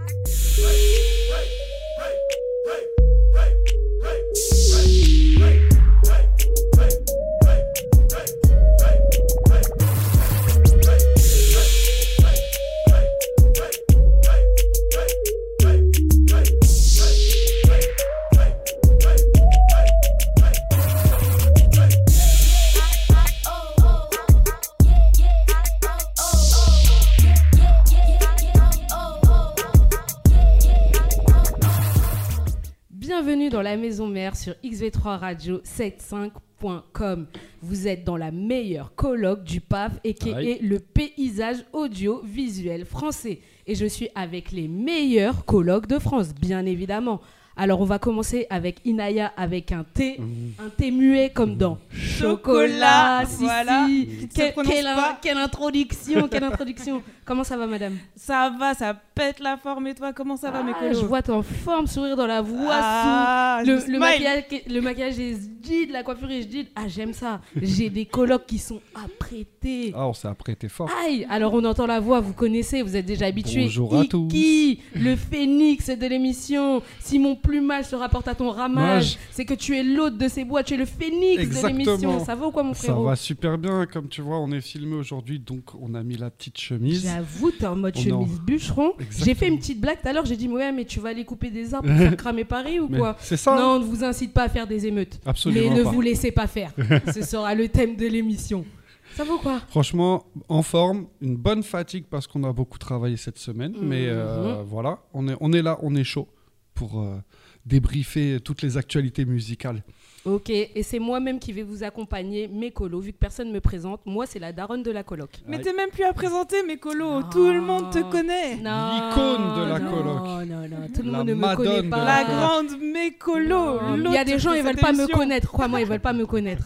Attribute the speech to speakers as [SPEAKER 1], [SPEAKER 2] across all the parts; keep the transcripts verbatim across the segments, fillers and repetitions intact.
[SPEAKER 1] Bienvenue dans la maison mère sur X V trois Radio soixante-quinze point com. Vous êtes dans la meilleure coloc du P A F et qui est le paysage audiovisuel français. Et je suis avec les meilleurs colocs de France, bien évidemment. Alors, on va commencer avec Inaya avec un thé, mmh. un thé muet comme dans Chocolat. Si,
[SPEAKER 2] voilà.
[SPEAKER 1] Si. Que, quelle,
[SPEAKER 2] pas.
[SPEAKER 1] quelle introduction, quelle introduction. Comment ça va, madame?
[SPEAKER 2] Ça va, ça pète la forme. Et toi, comment ça va,
[SPEAKER 1] ah,
[SPEAKER 2] mes colos?
[SPEAKER 1] Je vois ton forme, sourire dans la voix,
[SPEAKER 2] ah,
[SPEAKER 1] sous, le, le, maquillage, le maquillage est jid, la coiffure est jid. Ah, j'aime ça. J'ai des colocs qui sont apprêtés.
[SPEAKER 3] Ah, on s'est apprêté fort.
[SPEAKER 1] Aïe, alors on entend la voix, vous connaissez, vous êtes déjà habitués.
[SPEAKER 3] Bonjour à tous.
[SPEAKER 1] Iki, le phénix de l'émission. Si mon plumage se rapporte à ton ramage, Mage. C'est que tu es l'hôte de ces bois, tu es le phénix Exactement. De l'émission. Ça va ou quoi, mon frérot?
[SPEAKER 3] Ça va super bien, comme tu vois, on est filmé aujourd'hui, donc on a mis la petite chemise.
[SPEAKER 1] J'avoue, t'es en mode
[SPEAKER 3] on
[SPEAKER 1] chemise en... bûcheron. Exactement. J'ai fait une petite blague tout à l'heure, j'ai dit, ouais, mais tu vas aller couper des arbres pour faire cramer Paris ou
[SPEAKER 3] mais
[SPEAKER 1] quoi?
[SPEAKER 3] C'est ça.
[SPEAKER 1] Non, on ne vous incite pas à faire des émeutes.
[SPEAKER 3] Absolument
[SPEAKER 1] mais ne
[SPEAKER 3] pas.
[SPEAKER 1] vous laissez pas faire. Ce sera le thème de l'émission. Ça va ou quoi?
[SPEAKER 3] Franchement, en forme, une bonne fatigue parce qu'on a beaucoup travaillé cette semaine. Mmh. Mais euh, voilà, on est, on est là, on est chaud pour euh, débriefer toutes les actualités musicales.
[SPEAKER 1] Ok, et c'est moi-même qui vais vous accompagner, mes colos, vu que personne ne me présente. Moi, c'est la daronne de la coloc.
[SPEAKER 2] Mais t'es même plus à présenter, mes colos. Non. Tout le monde te connaît.
[SPEAKER 1] Non,
[SPEAKER 3] l'icône de la
[SPEAKER 1] non,
[SPEAKER 3] coloc.
[SPEAKER 1] Non, non, non, tout le
[SPEAKER 3] la
[SPEAKER 1] monde ne me connaît pas.
[SPEAKER 2] La grande mécolo.
[SPEAKER 1] Il y a des gens, ils veulent pas me connaître. Crois-moi, ils veulent pas me connaître.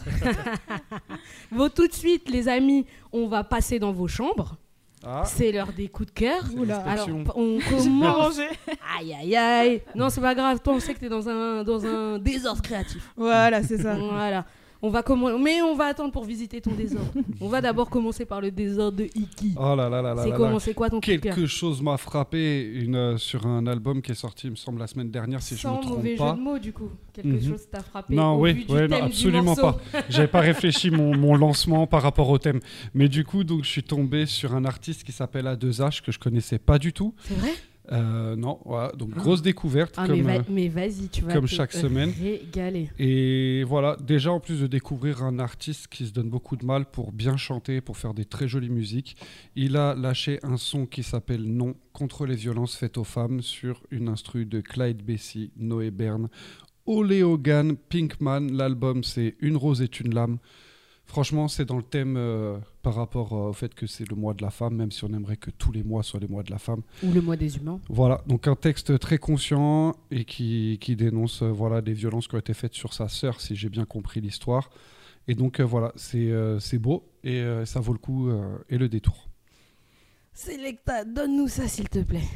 [SPEAKER 1] Bon, tout de suite, les amis, on va passer dans vos chambres. Ah. C'est l'heure des coups de cœur. Alors, on commence. Aïe, aïe, aïe. Non, c'est pas grave. Toi, on sait que t'es dans un, dans un désordre créatif.
[SPEAKER 2] Voilà, c'est ça.
[SPEAKER 1] Voilà. On va comm... Mais on va attendre pour visiter ton désordre. On va d'abord commencer par le désordre de Iki.
[SPEAKER 3] Oh là là là là.
[SPEAKER 1] C'est
[SPEAKER 3] là
[SPEAKER 1] comment,
[SPEAKER 3] là.
[SPEAKER 1] c'est quoi ton coup de cœur?
[SPEAKER 3] Quelque chose m'a frappé une, euh, sur un album qui est sorti, il me semble, la semaine dernière, si
[SPEAKER 1] Sans
[SPEAKER 3] je me trompe pas. Sans
[SPEAKER 1] mauvais jeu de mots, du coup. Quelque mm-hmm. chose t'a frappé
[SPEAKER 3] non,
[SPEAKER 1] au
[SPEAKER 3] oui,
[SPEAKER 1] vu
[SPEAKER 3] oui,
[SPEAKER 1] du
[SPEAKER 3] non,
[SPEAKER 1] thème
[SPEAKER 3] absolument
[SPEAKER 1] du
[SPEAKER 3] pas. J'avais pas réfléchi mon, mon lancement par rapport au thème. Mais du coup, donc, je suis tombé sur un artiste qui s'appelle A deux H que je connaissais pas du tout.
[SPEAKER 1] C'est vrai?
[SPEAKER 3] Euh, non, voilà, donc ah. grosse découverte
[SPEAKER 1] ah,
[SPEAKER 3] comme,
[SPEAKER 1] mais, va- mais vas-y, tu vas
[SPEAKER 3] comme
[SPEAKER 1] te
[SPEAKER 3] chaque semaine.
[SPEAKER 1] Régaler.
[SPEAKER 3] Et voilà, déjà en plus de découvrir un artiste qui se donne beaucoup de mal pour bien chanter, pour faire des très jolies musiques, il a lâché un son qui s'appelle Non contre les violences faites aux femmes sur une instru de Clyde Bessie, Noé Bern, Olé Hogan, Pinkman. L'album c'est Une rose est une lame. Franchement, c'est dans le thème euh, par rapport euh, au fait que c'est le mois de la femme, même si on aimerait que tous les mois soient les mois de la femme.
[SPEAKER 1] Ou le mois des humains.
[SPEAKER 3] Voilà, donc un texte très conscient et qui, qui dénonce euh, voilà, des violences qui ont été faites sur sa sœur, si j'ai bien compris l'histoire. Et donc euh, voilà, c'est, euh, c'est beau et euh, ça vaut le coup euh, et le détour.
[SPEAKER 1] Selecta, donne-nous ça s'il te plaît.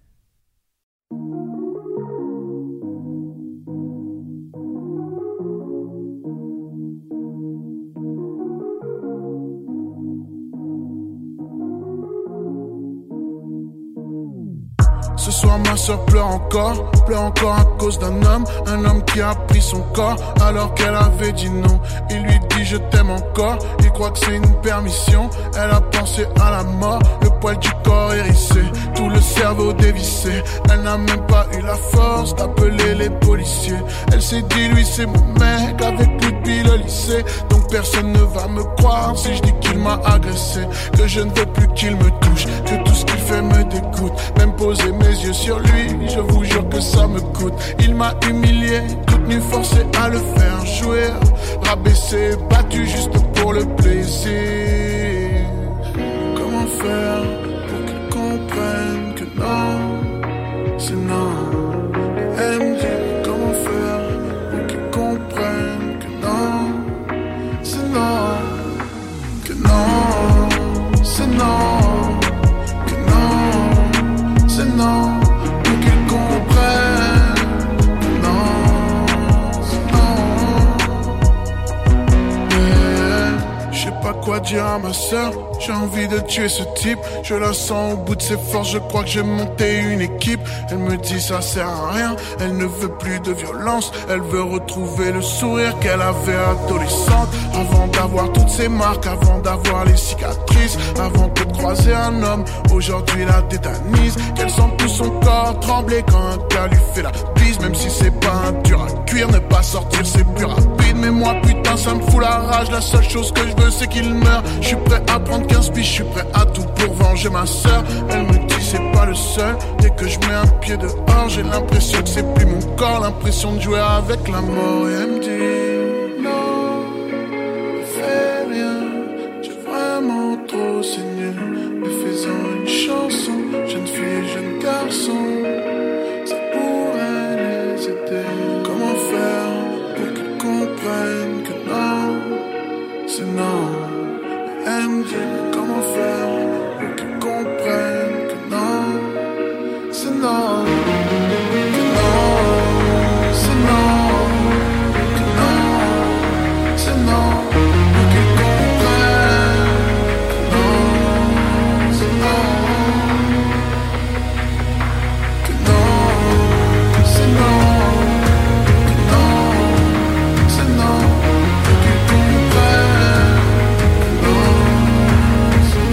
[SPEAKER 4] Ce soir ma soeur pleure encore, pleure encore à cause d'un homme, un homme qui a pris son corps alors qu'elle avait dit non. Il lui dit je t'aime encore, il croit que c'est une permission. Elle a pensé à la mort, le poil du corps hérissé, tout le cerveau dévissé. Elle n'a même pas eu la force d'appeler les policiers. Elle s'est dit lui c'est mon mec avec lui depuis le lycée. Donc personne ne va me croire si je dis qu'il m'a agressé, que je ne veux plus qu'il me touche, que tout ce qu'il fait me dégoûte. Même poser mes yeux sur lui, je vous jure que ça me coûte. Il m'a humilié, toute nue forcé à le faire jouer, rabaissé, battu juste pour le plaisir. Comment faire pour qu'il comprenne que non, c'est non. Elle me dit comment faire pour qu'il comprenne que non, c'est non, que non, c'est non. Non, pour qu'ils comprennent. Non, non. Yeah. Je sais pas quoi dire à ma sœur. J'ai envie de tuer ce type. Je la sens au bout de ses forces. Je crois que j'ai monté une équipe. Elle me dit ça sert à rien. Elle ne veut plus de violence. Elle veut retrouver le sourire qu'elle avait adolescente. Avant d'avoir toutes ses marques, avant d'avoir les cicatrices, avant de croiser un homme, aujourd'hui la tétanise. Qu'elle sent tout son corps trembler quand un gars lui fait la bise. Même si c'est pas un dur à cuire, ne pas sortir c'est plus rapide. Mais moi putain ça me fout la rage. La seule chose que je veux c'est qu'il meure. Je suis prêt à prendre quinze piges, je suis prêt à tout pour venger ma sœur. Elle me dit c'est pas le seul. Dès que je mets un pied dehors, j'ai l'impression que c'est plus mon corps. L'impression de jouer avec la mort. Et elle me dit non, ne fais rien. J'ai vraiment trop saigné. Me faisant une chanson, jeune fille, jeune garçon. C'est pour elle les aider. Comment faire pour qu'ils comprennent que non, c'est non. Elle me dit comment faire pour qu'ils comprennent que non, c'est non. Que non, c'est non. Que non, c'est non. Pour qu'ils comprennent que non, c'est non. Que non, c'est non. Que non, c'est non. Pour qu'ils comprennent que non, c'est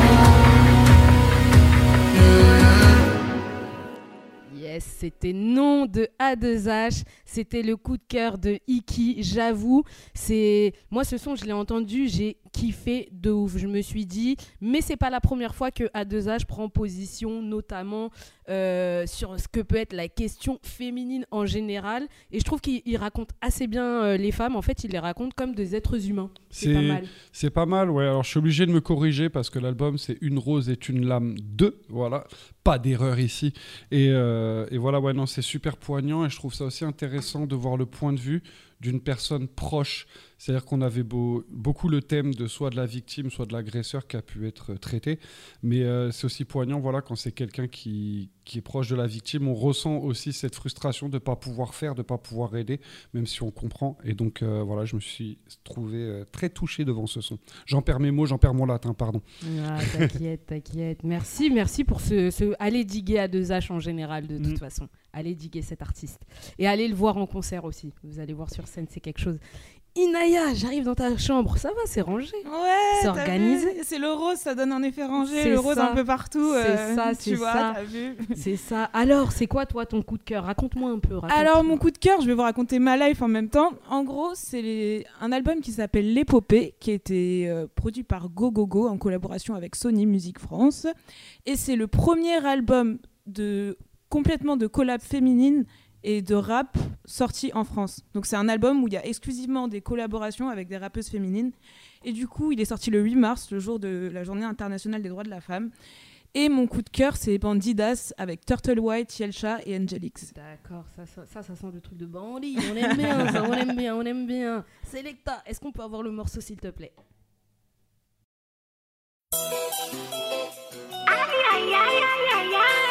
[SPEAKER 4] non. Yeah.
[SPEAKER 1] Yes, c'était Non de A deux H. C'était le coup de cœur de Iki, j'avoue. C'est... Moi, ce son, je l'ai entendu, j'ai kiffé de ouf. Je me suis dit, mais c'est pas la première fois que A deux H prend position, notamment euh, sur ce que peut être la question féminine en général. Et je trouve qu'il il raconte assez bien euh, les femmes. En fait, il les raconte comme des êtres humains. C'est, c'est pas mal.
[SPEAKER 3] C'est pas mal, ouais. Alors, je suis obligé de me corriger parce que l'album, c'est Une rose est une lame deux. Voilà. Pas d'erreur ici. Et, euh, et voilà, ouais, non, c'est super poignant. Et je trouve ça aussi intéressant de voir le point de vue d'une personne proche. C'est-à-dire qu'on avait beau, beaucoup le thème de soit de la victime, soit de l'agresseur qui a pu être traité. Mais euh, c'est aussi poignant, voilà, quand c'est quelqu'un qui, qui est proche de la victime. On ressent aussi cette frustration de ne pas pouvoir faire, de ne pas pouvoir aider, même si on comprend. Et donc, euh, voilà, je me suis trouvé euh, très touché devant ce son. J'en perds mes mots, j'en perds mon latin, pardon.
[SPEAKER 1] Ah, t'inquiète, t'inquiète. Merci, merci pour ce, ce... Allez diguer A deux H en général, de toute mmh. façon. Allez diguer cet artiste. Et allez le voir en concert aussi. Vous allez voir sur scène, c'est quelque chose. Inaya, j'arrive dans ta chambre. Ça va, c'est rangé.
[SPEAKER 2] Ouais,
[SPEAKER 1] c'est organisé.
[SPEAKER 2] Vu, c'est le rose, ça donne un effet rangé.
[SPEAKER 1] C'est
[SPEAKER 2] le rose
[SPEAKER 1] ça.
[SPEAKER 2] Un peu partout.
[SPEAKER 1] C'est
[SPEAKER 2] euh,
[SPEAKER 1] ça,
[SPEAKER 2] tu
[SPEAKER 1] c'est
[SPEAKER 2] vois,
[SPEAKER 1] ça.
[SPEAKER 2] T'as vu.
[SPEAKER 1] C'est ça. Alors, c'est quoi, toi, ton coup de cœur ? Raconte-moi un peu. Raconte-moi.
[SPEAKER 2] Alors, mon coup de cœur, je vais vous raconter ma life en même temps. En gros, c'est les... un album qui s'appelle L'Épopée, qui a été euh, produit par Go Go Go en collaboration avec Sony Music France. Et c'est le premier album de... complètement de collab féminine et de rap sorti en France. Donc c'est un album où il y a exclusivement des collaborations avec des rappeuses féminines. Et du coup, il est sorti le huit mars, le jour de la Journée internationale des droits de la femme. Et mon coup de cœur, c'est Bandidas avec Turtle White, Yelcha et Angelix.
[SPEAKER 1] D'accord, ça, ça, ça, ça sent le truc de bandit. On aime bien ça, on aime bien, on aime bien. Selecta, est-ce qu'on peut avoir le morceau, s'il te plaît ?
[SPEAKER 5] Aïe, aïe, aïe, aïe, aïe, aïe.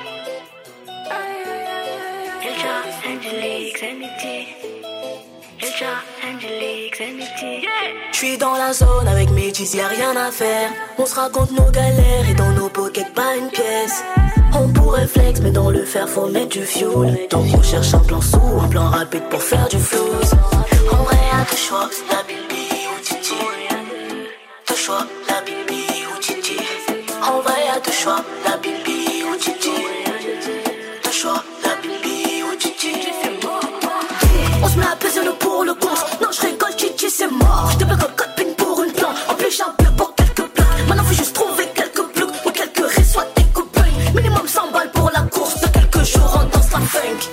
[SPEAKER 5] Angelique, amitié. Angelique, amitié.
[SPEAKER 6] J'suis dans la zone avec mes G's, y'a rien à faire. On se raconte nos galères et dans nos pockets pas une pièce. On pourrait flex, mais dans le fer faut mettre du fuel. Donc on cherche un plan sous, un plan rapide pour faire du flouze. En vrai y'a deux choix, la Bibi ou Titi. Deux choix, la Bibi ou Titi. En vrai y'a deux choix, la Bibi ou Titi. Deux choix, la Bibi ou Titi. On se met à peser le pour le contre. Non je rigole, Titi c'est mort. Je te bloque en copine pour une plante. En plus j'ai un peu pour quelques plaques. Maintenant faut juste trouver quelques blocs ou quelques raies, soit des copains. Minimum cent balles pour la course. De quelques jours on danse la funk.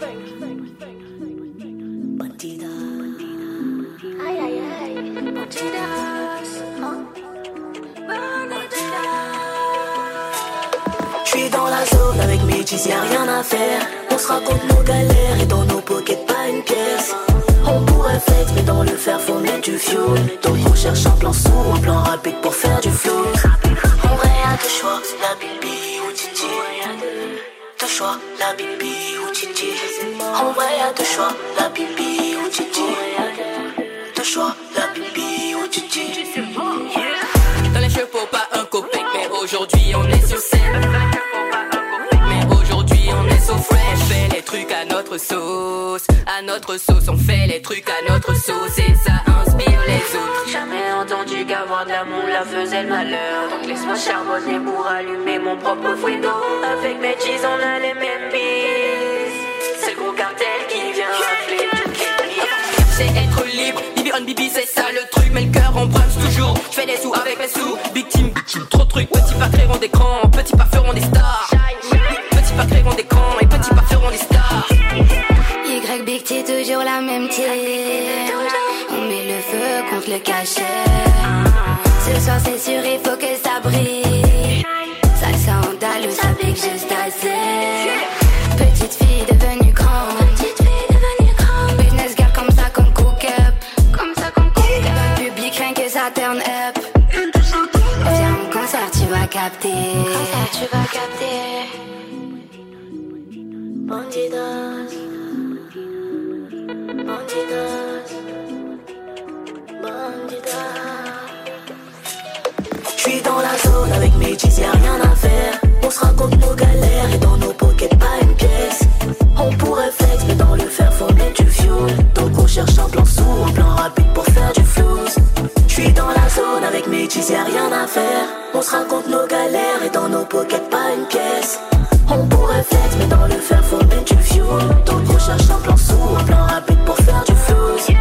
[SPEAKER 6] Bandida.
[SPEAKER 5] Aïe aïe aïe. Bandidas.
[SPEAKER 6] J'suis dans la zone avec mes G's, y'a rien à faire. On se raconte nos galères et dans nos pockets pas une pièce. On pourrait flex mais dans le fer faut mettre du fuel. Donc on cherche un plan sous, un plan rapide pour faire du flow. En vrai y'a deux choix, la Bibi ou Titi. Deux choix, la Bibi ou Titi. En vrai y'a deux choix, la Bibi ou Titi. Deux choix, la Bibi ou Titi. so fresh. On fait les trucs à notre sauce, à notre sauce. On fait les trucs à notre sauce et ça inspire les autres. Jamais entendu qu'avoir de l'amour la faisait le malheur. Donc laisse-moi charbonner pour allumer mon propre fuego. Avec mes cheese on a les mêmes billes. C'est le gros cartel qui vient rafler tout qui c'est être libre, Bibi on Bibi c'est ça le truc. Mais le cœur on brunch toujours, j'fais des sous avec mes sous. Big team, big team, trop de trucs. Petits pas créeront d'écran, petits pas feront des stars. Petits pas créeront d'écran et petits pas feront des stars.
[SPEAKER 5] Y Big T toujours la même team. On met le feu contre le cachet. Ce soir c'est sûr il faut que ça brille. Salsa andalou, ça pique juste assez. Petite fille devenue grande. Business girl comme ça qu'on cook up. Comme ça qu'on cook up. Dans le public rien que ça turn up. Viens au concert tu vas capter. Concert tu vas capter. Bandidos. Bandidos. Bandidos.
[SPEAKER 6] J'suis dans la zone avec mes cheese, y'a rien à faire. On se raconte nos galères et dans nos pockets pas une pièce. On pourrait flex mais dans le fer faut mettre du fuel. Donc on cherche un plan sourd, un plan rapide pour faire du flouze. J'suis dans la zone avec mes cheese, y'a rien à faire. On se raconte nos galères et dans nos pockets pas une pièce. On pourrait flex mais dans le fer faut mettre du fuel. Donc on cherche un plan sourd, un plan rapide pour faire du flouze.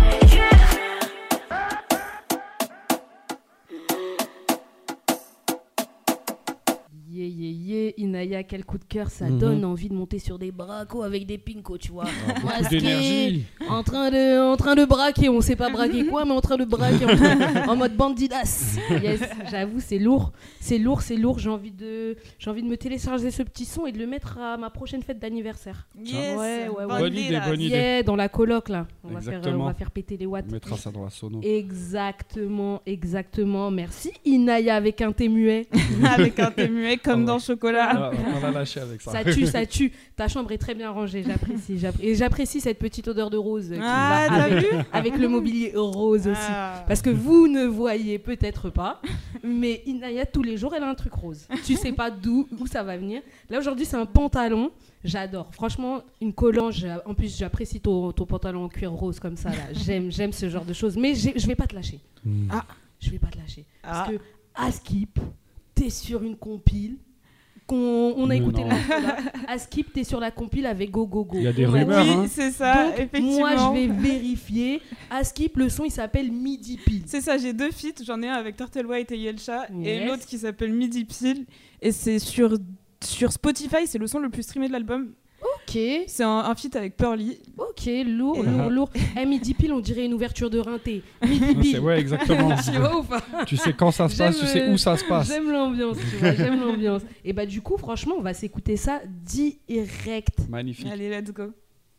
[SPEAKER 1] Yeah, yeah, yeah. Inaya, quel coup de cœur, ça mm-hmm. donne envie de monter sur des bracos avec des pincos, tu vois.
[SPEAKER 3] Oh, beaucoup d'énergie.
[SPEAKER 1] En train de, en train de braquer, on sait pas braquer quoi, mais en train de braquer en, train, en mode bandidas. Yes, j'avoue, c'est lourd, c'est lourd, c'est lourd. J'ai envie de, j'ai envie de me télécharger ce petit son et de le mettre à ma prochaine fête d'anniversaire.
[SPEAKER 2] Yes,
[SPEAKER 1] ouais, ouais, ouais.
[SPEAKER 3] Bonne idée, bonne idée.
[SPEAKER 1] Yeah, dans la coloc là, on va,
[SPEAKER 3] exactement.
[SPEAKER 1] faire, on va faire péter les watts.
[SPEAKER 3] On mettra ça dans la sono.
[SPEAKER 1] Exactement, exactement. Merci Inaya avec un thé muet.
[SPEAKER 2] Avec un thé muet comme oh, dans Chocolat.
[SPEAKER 3] Ah, on va lâcher avec ça.
[SPEAKER 1] Ça tue, ça tue. Ta chambre est très bien rangée, j'apprécie. j'apprécie. Et j'apprécie cette petite odeur de rose qui
[SPEAKER 2] ah,
[SPEAKER 1] va
[SPEAKER 2] t'as
[SPEAKER 1] avec,
[SPEAKER 2] vu
[SPEAKER 1] avec le mobilier rose aussi.
[SPEAKER 2] Ah.
[SPEAKER 1] Parce que vous ne voyez peut-être pas, mais Inaya, tous les jours, elle a un truc rose. Tu sais pas d'où où ça va venir. Là, aujourd'hui, c'est un pantalon. J'adore. Franchement, une collange. En plus, j'apprécie ton, ton pantalon en cuir rose comme ça. Là. J'aime, j'aime ce genre de choses. Mais je vais pas te lâcher.
[SPEAKER 3] Mmh.
[SPEAKER 1] Ah, je vais pas te lâcher.
[SPEAKER 2] Ah.
[SPEAKER 1] Parce que Askip, t'es sur une compile. Qu'on, on a
[SPEAKER 3] mais
[SPEAKER 1] écouté
[SPEAKER 3] non.
[SPEAKER 1] là. Askip, t'es sur la compile avec Go Go Go.
[SPEAKER 3] Il y a des rumeurs.
[SPEAKER 2] Oui,
[SPEAKER 3] hein.
[SPEAKER 2] c'est ça,
[SPEAKER 1] donc,
[SPEAKER 2] effectivement.
[SPEAKER 1] moi, je vais vérifier. Askip, le son, il s'appelle Midi Pile.
[SPEAKER 2] C'est ça, j'ai deux feats. J'en ai un avec Turtle White et Yelcha
[SPEAKER 1] Yes.
[SPEAKER 2] et l'autre qui s'appelle Midi Pile. Et c'est sur, sur Spotify, c'est le son le plus streamé de l'album.
[SPEAKER 1] Ok.
[SPEAKER 2] C'est un, un feat avec Pearly.
[SPEAKER 1] Ok, lourd,
[SPEAKER 2] Et
[SPEAKER 1] lourd,
[SPEAKER 2] là.
[SPEAKER 1] lourd. Eh, Midi Pile, on dirait une ouverture de rinté. Midi Pile.
[SPEAKER 3] Ouais, exactement.
[SPEAKER 1] Tu vois ou pas?
[SPEAKER 3] Tu sais quand ça se passe, tu sais où ça se passe.
[SPEAKER 1] J'aime l'ambiance, tu vois, j'aime l'ambiance. Et bah du coup, franchement, on va s'écouter ça direct.
[SPEAKER 3] Magnifique.
[SPEAKER 2] Allez, let's go.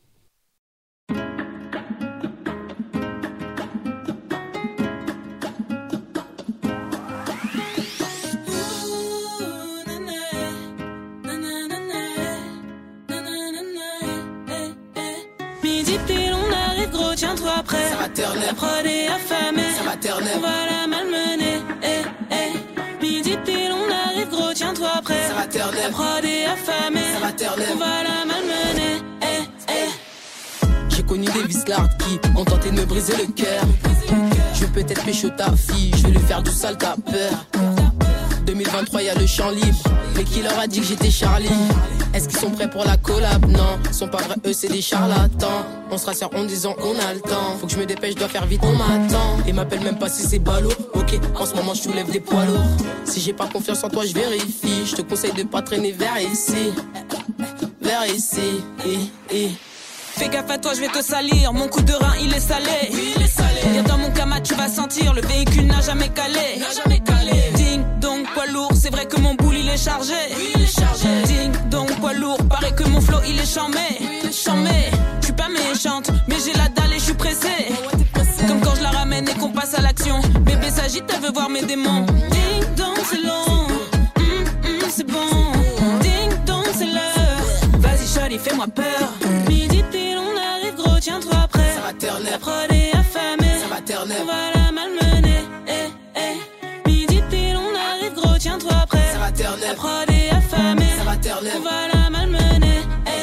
[SPEAKER 7] Midi pile, on arrive gros, tiens-toi prêt. Ça va turner. La prod est affamée. Ça va turner. On va la malmener. Eh, eh. Midi pile, on arrive gros, tiens-toi prêt. Ça va turner. La prod est affamée. Ça va turner. On va la malmener. Eh, eh.
[SPEAKER 8] J'ai connu des vislards qui ont tenté de me briser le cœur. Je vais peut-être pécho ta fille, je vais lui faire du sale, t'as peur. deux mille vingt-trois, y'a le champ libre. Mais qui leur a dit que j'étais Charlie? Est-ce qu'ils sont prêts pour la collab? Non, ils sont pas vrais, eux c'est des charlatans. On se rassure en disant on a le temps. Faut que je me dépêche, je dois faire vite, on m'attend. Et m'appelle même pas si c'est ballot. Ok, en ce moment je soulève des poids lourds. Si j'ai pas confiance en toi, je vérifie. Je te conseille de pas traîner vers ici. Vers ici, eh, eh.
[SPEAKER 7] Fais gaffe à toi, je vais te salir. Mon coup de rein, il est salé.
[SPEAKER 8] Oui, il est salé.
[SPEAKER 7] Viens dans mon camat, tu vas sentir. Le véhicule n'a jamais calé.
[SPEAKER 8] N'a jamais calé.
[SPEAKER 7] Ding dong, poids lourd. C'est vrai que mon boule, il est chargé.
[SPEAKER 8] Oui, il est chargé.
[SPEAKER 7] Ding dong, poids lourd. Paraît que mon flow, il est charmé.
[SPEAKER 8] Oui, il est
[SPEAKER 7] charmé. Je suis pas méchante, mais j'ai la dalle et je suis pressée. Comme quand je la ramène et qu'on passe à l'action. Bébé s'agite, elle veut voir mes démons. Ding dong, c'est long. Mm, mm, c'est bon. Ding dong, c'est l'heure. Vas-y, Charlie, fais-moi peur. Midi pile, on arrive gros, tiens-toi prêt.
[SPEAKER 8] Ça va turner.
[SPEAKER 7] La prod est affamée.
[SPEAKER 8] Ça va turner.
[SPEAKER 7] On va la malmener. Eh, eh. Midi pile, on arrive gros, tiens-toi prêt.
[SPEAKER 8] Ça va turner.
[SPEAKER 7] La prod est affamée.
[SPEAKER 8] Ça va turner.
[SPEAKER 7] On va la malmener. Eh,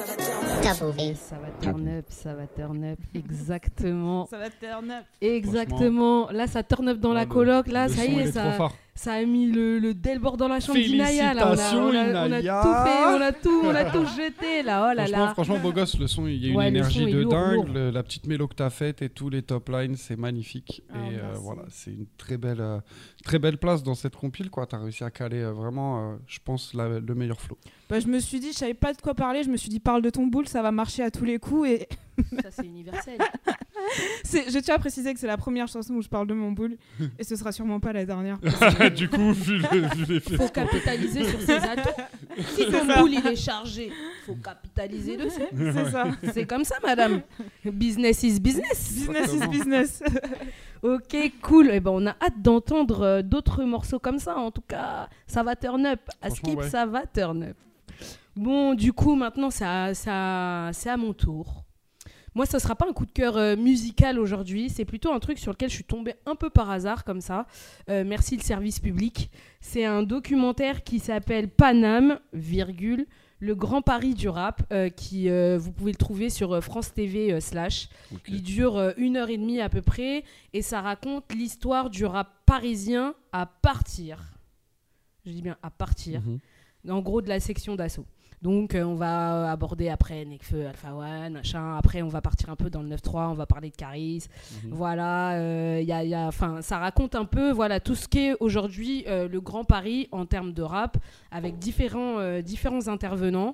[SPEAKER 7] Ça va turn up.
[SPEAKER 1] Et ça va turn up, ça va turn up, exactement.
[SPEAKER 2] Ça va turn up.
[SPEAKER 1] Exactement. Là, ça turn up dans
[SPEAKER 3] Ouais,
[SPEAKER 1] la
[SPEAKER 3] le-
[SPEAKER 1] coloc. Là,
[SPEAKER 3] le
[SPEAKER 1] ça
[SPEAKER 3] son,
[SPEAKER 1] y
[SPEAKER 3] il
[SPEAKER 1] est,
[SPEAKER 3] est
[SPEAKER 1] ça,
[SPEAKER 3] trop fort.
[SPEAKER 1] ça a mis le, le Delbord dans la chambre d'Inaya. Là, on a,
[SPEAKER 3] Félicitations,
[SPEAKER 1] on, a, on a
[SPEAKER 3] Inaya.
[SPEAKER 1] tout fait, on a tout, on a tout jeté là. Oh là
[SPEAKER 3] Franchement,
[SPEAKER 1] là.
[SPEAKER 3] franchement, beau gosse, le son, il y a une
[SPEAKER 1] Ouais, le
[SPEAKER 3] énergie
[SPEAKER 1] son est
[SPEAKER 3] de
[SPEAKER 1] lourd,
[SPEAKER 3] dingue.
[SPEAKER 1] lourd.
[SPEAKER 3] le- la petite mélo que t'as faite et tous les top lines, c'est magnifique.
[SPEAKER 2] Ah,
[SPEAKER 3] et euh,
[SPEAKER 2] merci.
[SPEAKER 3] voilà, c'est une très belle, euh, très belle place dans cette compile, quoi. T'as réussi à caler euh, vraiment, euh, je pense, la- le meilleur flow.
[SPEAKER 2] Bah, je me suis dit, je savais pas de quoi parler. Je me suis dit, parle de ton boule, ça va marcher à tous les coups. Et
[SPEAKER 1] Ça, c'est universel.
[SPEAKER 2] c'est, je tiens à préciser que c'est la première chanson où je parle de mon boule. Et ce sera sûrement pas la dernière.
[SPEAKER 3] du coup, vu, le, vu les faits.
[SPEAKER 1] Faut capitaliser sur ses atouts. Si ton boule il est chargé, faut capitaliser dessus.
[SPEAKER 2] C'est ça.
[SPEAKER 1] C'est comme ça, madame. Business is business.
[SPEAKER 2] Business is business.
[SPEAKER 1] Ok, cool. Et ben, on a hâte d'entendre euh, d'autres morceaux comme ça. En tout cas, ça va turn up. À
[SPEAKER 3] Franchement,
[SPEAKER 1] Skip,
[SPEAKER 3] ouais.
[SPEAKER 1] ça va turn up. Bon, du coup, maintenant, c'est à, c'est à- c'est à mon tour. Moi, ce sera pas un coup de cœur euh, musical aujourd'hui. C'est plutôt un truc sur lequel je suis tombée un peu par hasard, comme ça. Euh, merci le service public. C'est un documentaire qui s'appelle Paname, virgule, le Grand Paris du rap, euh, qui euh, vous pouvez le trouver sur euh, France T V euh, slash.
[SPEAKER 3] Ok.
[SPEAKER 1] Il dure euh, une heure et demie à peu près et ça raconte l'histoire du rap parisien à partir. Je dis bien à partir.
[SPEAKER 3] Mhm.
[SPEAKER 1] En gros de la section d'assaut. Donc euh, on va aborder après Nekfeu, Alpha One, machin. Après on va partir un peu dans le neuf trois, on va parler de Caris.
[SPEAKER 3] Mhm.
[SPEAKER 1] Voilà, euh, y a, y a, 'fin, ça raconte un peu voilà, tout ce qu'est aujourd'hui euh, le Grand Paris en termes de rap, avec différents, euh, différents intervenants.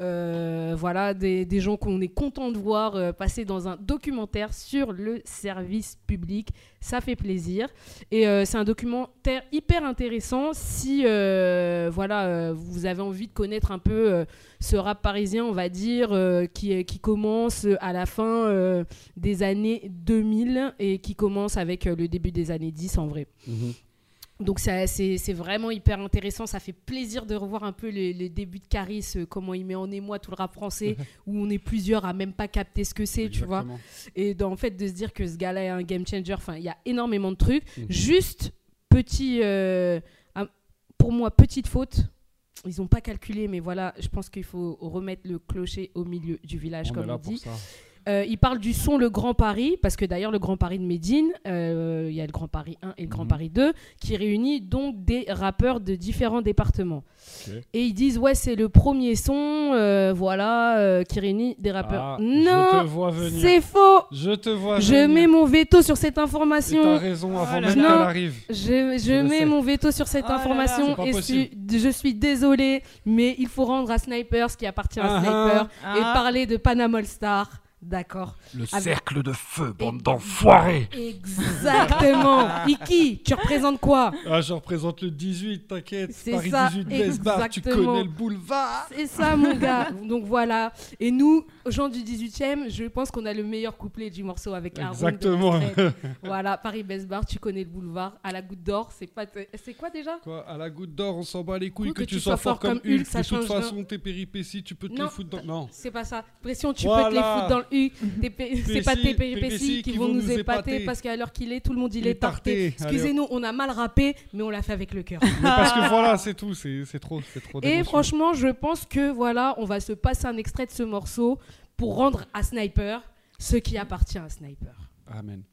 [SPEAKER 1] Euh, voilà, des, des gens qu'on est content de voir euh, passer dans un documentaire sur le service public. Ça fait plaisir. Et euh, c'est un documentaire hyper intéressant si euh, voilà, euh, vous avez envie de connaître un peu euh, ce rap parisien, on va dire, euh, qui, qui commence à la fin euh, des années deux mille et qui commence avec euh, le début des années dix en vrai.
[SPEAKER 3] Mhm.
[SPEAKER 1] Donc ça, c'est, c'est vraiment hyper intéressant, ça fait plaisir de revoir un peu les, les débuts de Caris, euh, comment il met en émoi tout le rap français, où on est plusieurs à même pas capter ce que c'est, tu vois.
[SPEAKER 3] Exactement.
[SPEAKER 1] Et dans, en fait, de se dire que ce gars-là est un game changer, enfin, il y a énormément de trucs.
[SPEAKER 3] Mhm.
[SPEAKER 1] Juste, petit, euh, un- pour moi, petite faute, ils n'ont pas calculé, mais voilà, je pense qu'il faut remettre le clocher au milieu du village,
[SPEAKER 3] On est
[SPEAKER 1] comme
[SPEAKER 3] là
[SPEAKER 1] on
[SPEAKER 3] pour
[SPEAKER 1] dit.
[SPEAKER 3] ça.
[SPEAKER 1] Euh, il parle du son Le Grand Paris, parce que d'ailleurs le Grand Paris de Médine, euh, il y a le Grand Paris un et le Grand
[SPEAKER 3] Mhm.
[SPEAKER 1] Paris deux, qui réunit donc des rappeurs de différents départements.
[SPEAKER 3] Ok.
[SPEAKER 1] Et ils disent, ouais, c'est le premier son, euh, voilà, euh, qui réunit des rappeurs.
[SPEAKER 3] Ah, je
[SPEAKER 1] non,
[SPEAKER 3] te vois venir.
[SPEAKER 1] c'est faux.
[SPEAKER 3] Je te vois
[SPEAKER 1] Je
[SPEAKER 3] venir.
[SPEAKER 1] mets mon veto sur cette
[SPEAKER 3] Et t'as
[SPEAKER 1] information.
[SPEAKER 3] raison, avant
[SPEAKER 2] Oh là
[SPEAKER 3] même
[SPEAKER 1] là.
[SPEAKER 3] qu'elle
[SPEAKER 1] Non.
[SPEAKER 3] arrive.
[SPEAKER 1] Je, je
[SPEAKER 3] Je le
[SPEAKER 1] mets
[SPEAKER 3] sais.
[SPEAKER 1] mon veto sur cette
[SPEAKER 2] Oh là là.
[SPEAKER 1] information
[SPEAKER 3] C'est pas
[SPEAKER 1] et
[SPEAKER 3] possible.
[SPEAKER 1] suis- je suis désolée, mais il faut rendre à Sniper ce qui appartient à
[SPEAKER 3] Ah
[SPEAKER 1] Sniper
[SPEAKER 2] ah.
[SPEAKER 1] et
[SPEAKER 2] Ah.
[SPEAKER 1] parler de Panama All Star. D'accord.
[SPEAKER 3] Le
[SPEAKER 1] Avec-
[SPEAKER 3] cercle de feu, bande
[SPEAKER 1] Et-
[SPEAKER 3] d'enfoirés.
[SPEAKER 1] Exactement. Iki, tu représentes quoi?
[SPEAKER 3] Ah, je représente le dix-huit, t'inquiète.
[SPEAKER 1] C'est
[SPEAKER 3] Paris
[SPEAKER 1] ça,
[SPEAKER 3] dix-huit, Besbar, tu
[SPEAKER 1] exactement.
[SPEAKER 3] connais le boulevard.
[SPEAKER 1] C'est ça, mon gars. Donc voilà. Et nous, gens du dix-huitième, je pense qu'on a le meilleur couplet du morceau avec Aaron. de
[SPEAKER 3] Exactement.
[SPEAKER 1] Westred. Voilà, Paris Besbar, tu connais le boulevard. À la goutte d'or, c'est pas. t- C'est quoi déjà?
[SPEAKER 3] Quoi, à la goutte d'or, on s'en bat les couilles.
[SPEAKER 1] Cool,
[SPEAKER 3] Que, tu sois fort comme Hulk,
[SPEAKER 1] ça
[SPEAKER 3] de toute
[SPEAKER 1] change rien.
[SPEAKER 3] façon, tes péripéties, tu peux te
[SPEAKER 1] Non.
[SPEAKER 3] les foutre dans. Non.
[SPEAKER 1] C'est pas ça. Pression, tu
[SPEAKER 3] Voilà.
[SPEAKER 1] peux te les foutre dans le U. Tes pé- C'est pas tes
[SPEAKER 3] Péripéties
[SPEAKER 1] péripéties qui vont nous épater parce qu'à l'heure qu'il est, tout le monde il
[SPEAKER 3] Il
[SPEAKER 1] est
[SPEAKER 3] est tarté.
[SPEAKER 1] tarté. Excusez-nous, on a mal rappé, mais on l'a fait avec le cœur.
[SPEAKER 3] Mais parce que voilà, c'est tout. C'est c'est trop. C'est trop
[SPEAKER 1] Et
[SPEAKER 3] d'émotion.
[SPEAKER 1] franchement, je pense que voilà, on va se passer un extrait de ce morceau pour rendre à Sniper ce qui appartient à Sniper.
[SPEAKER 3] Amen.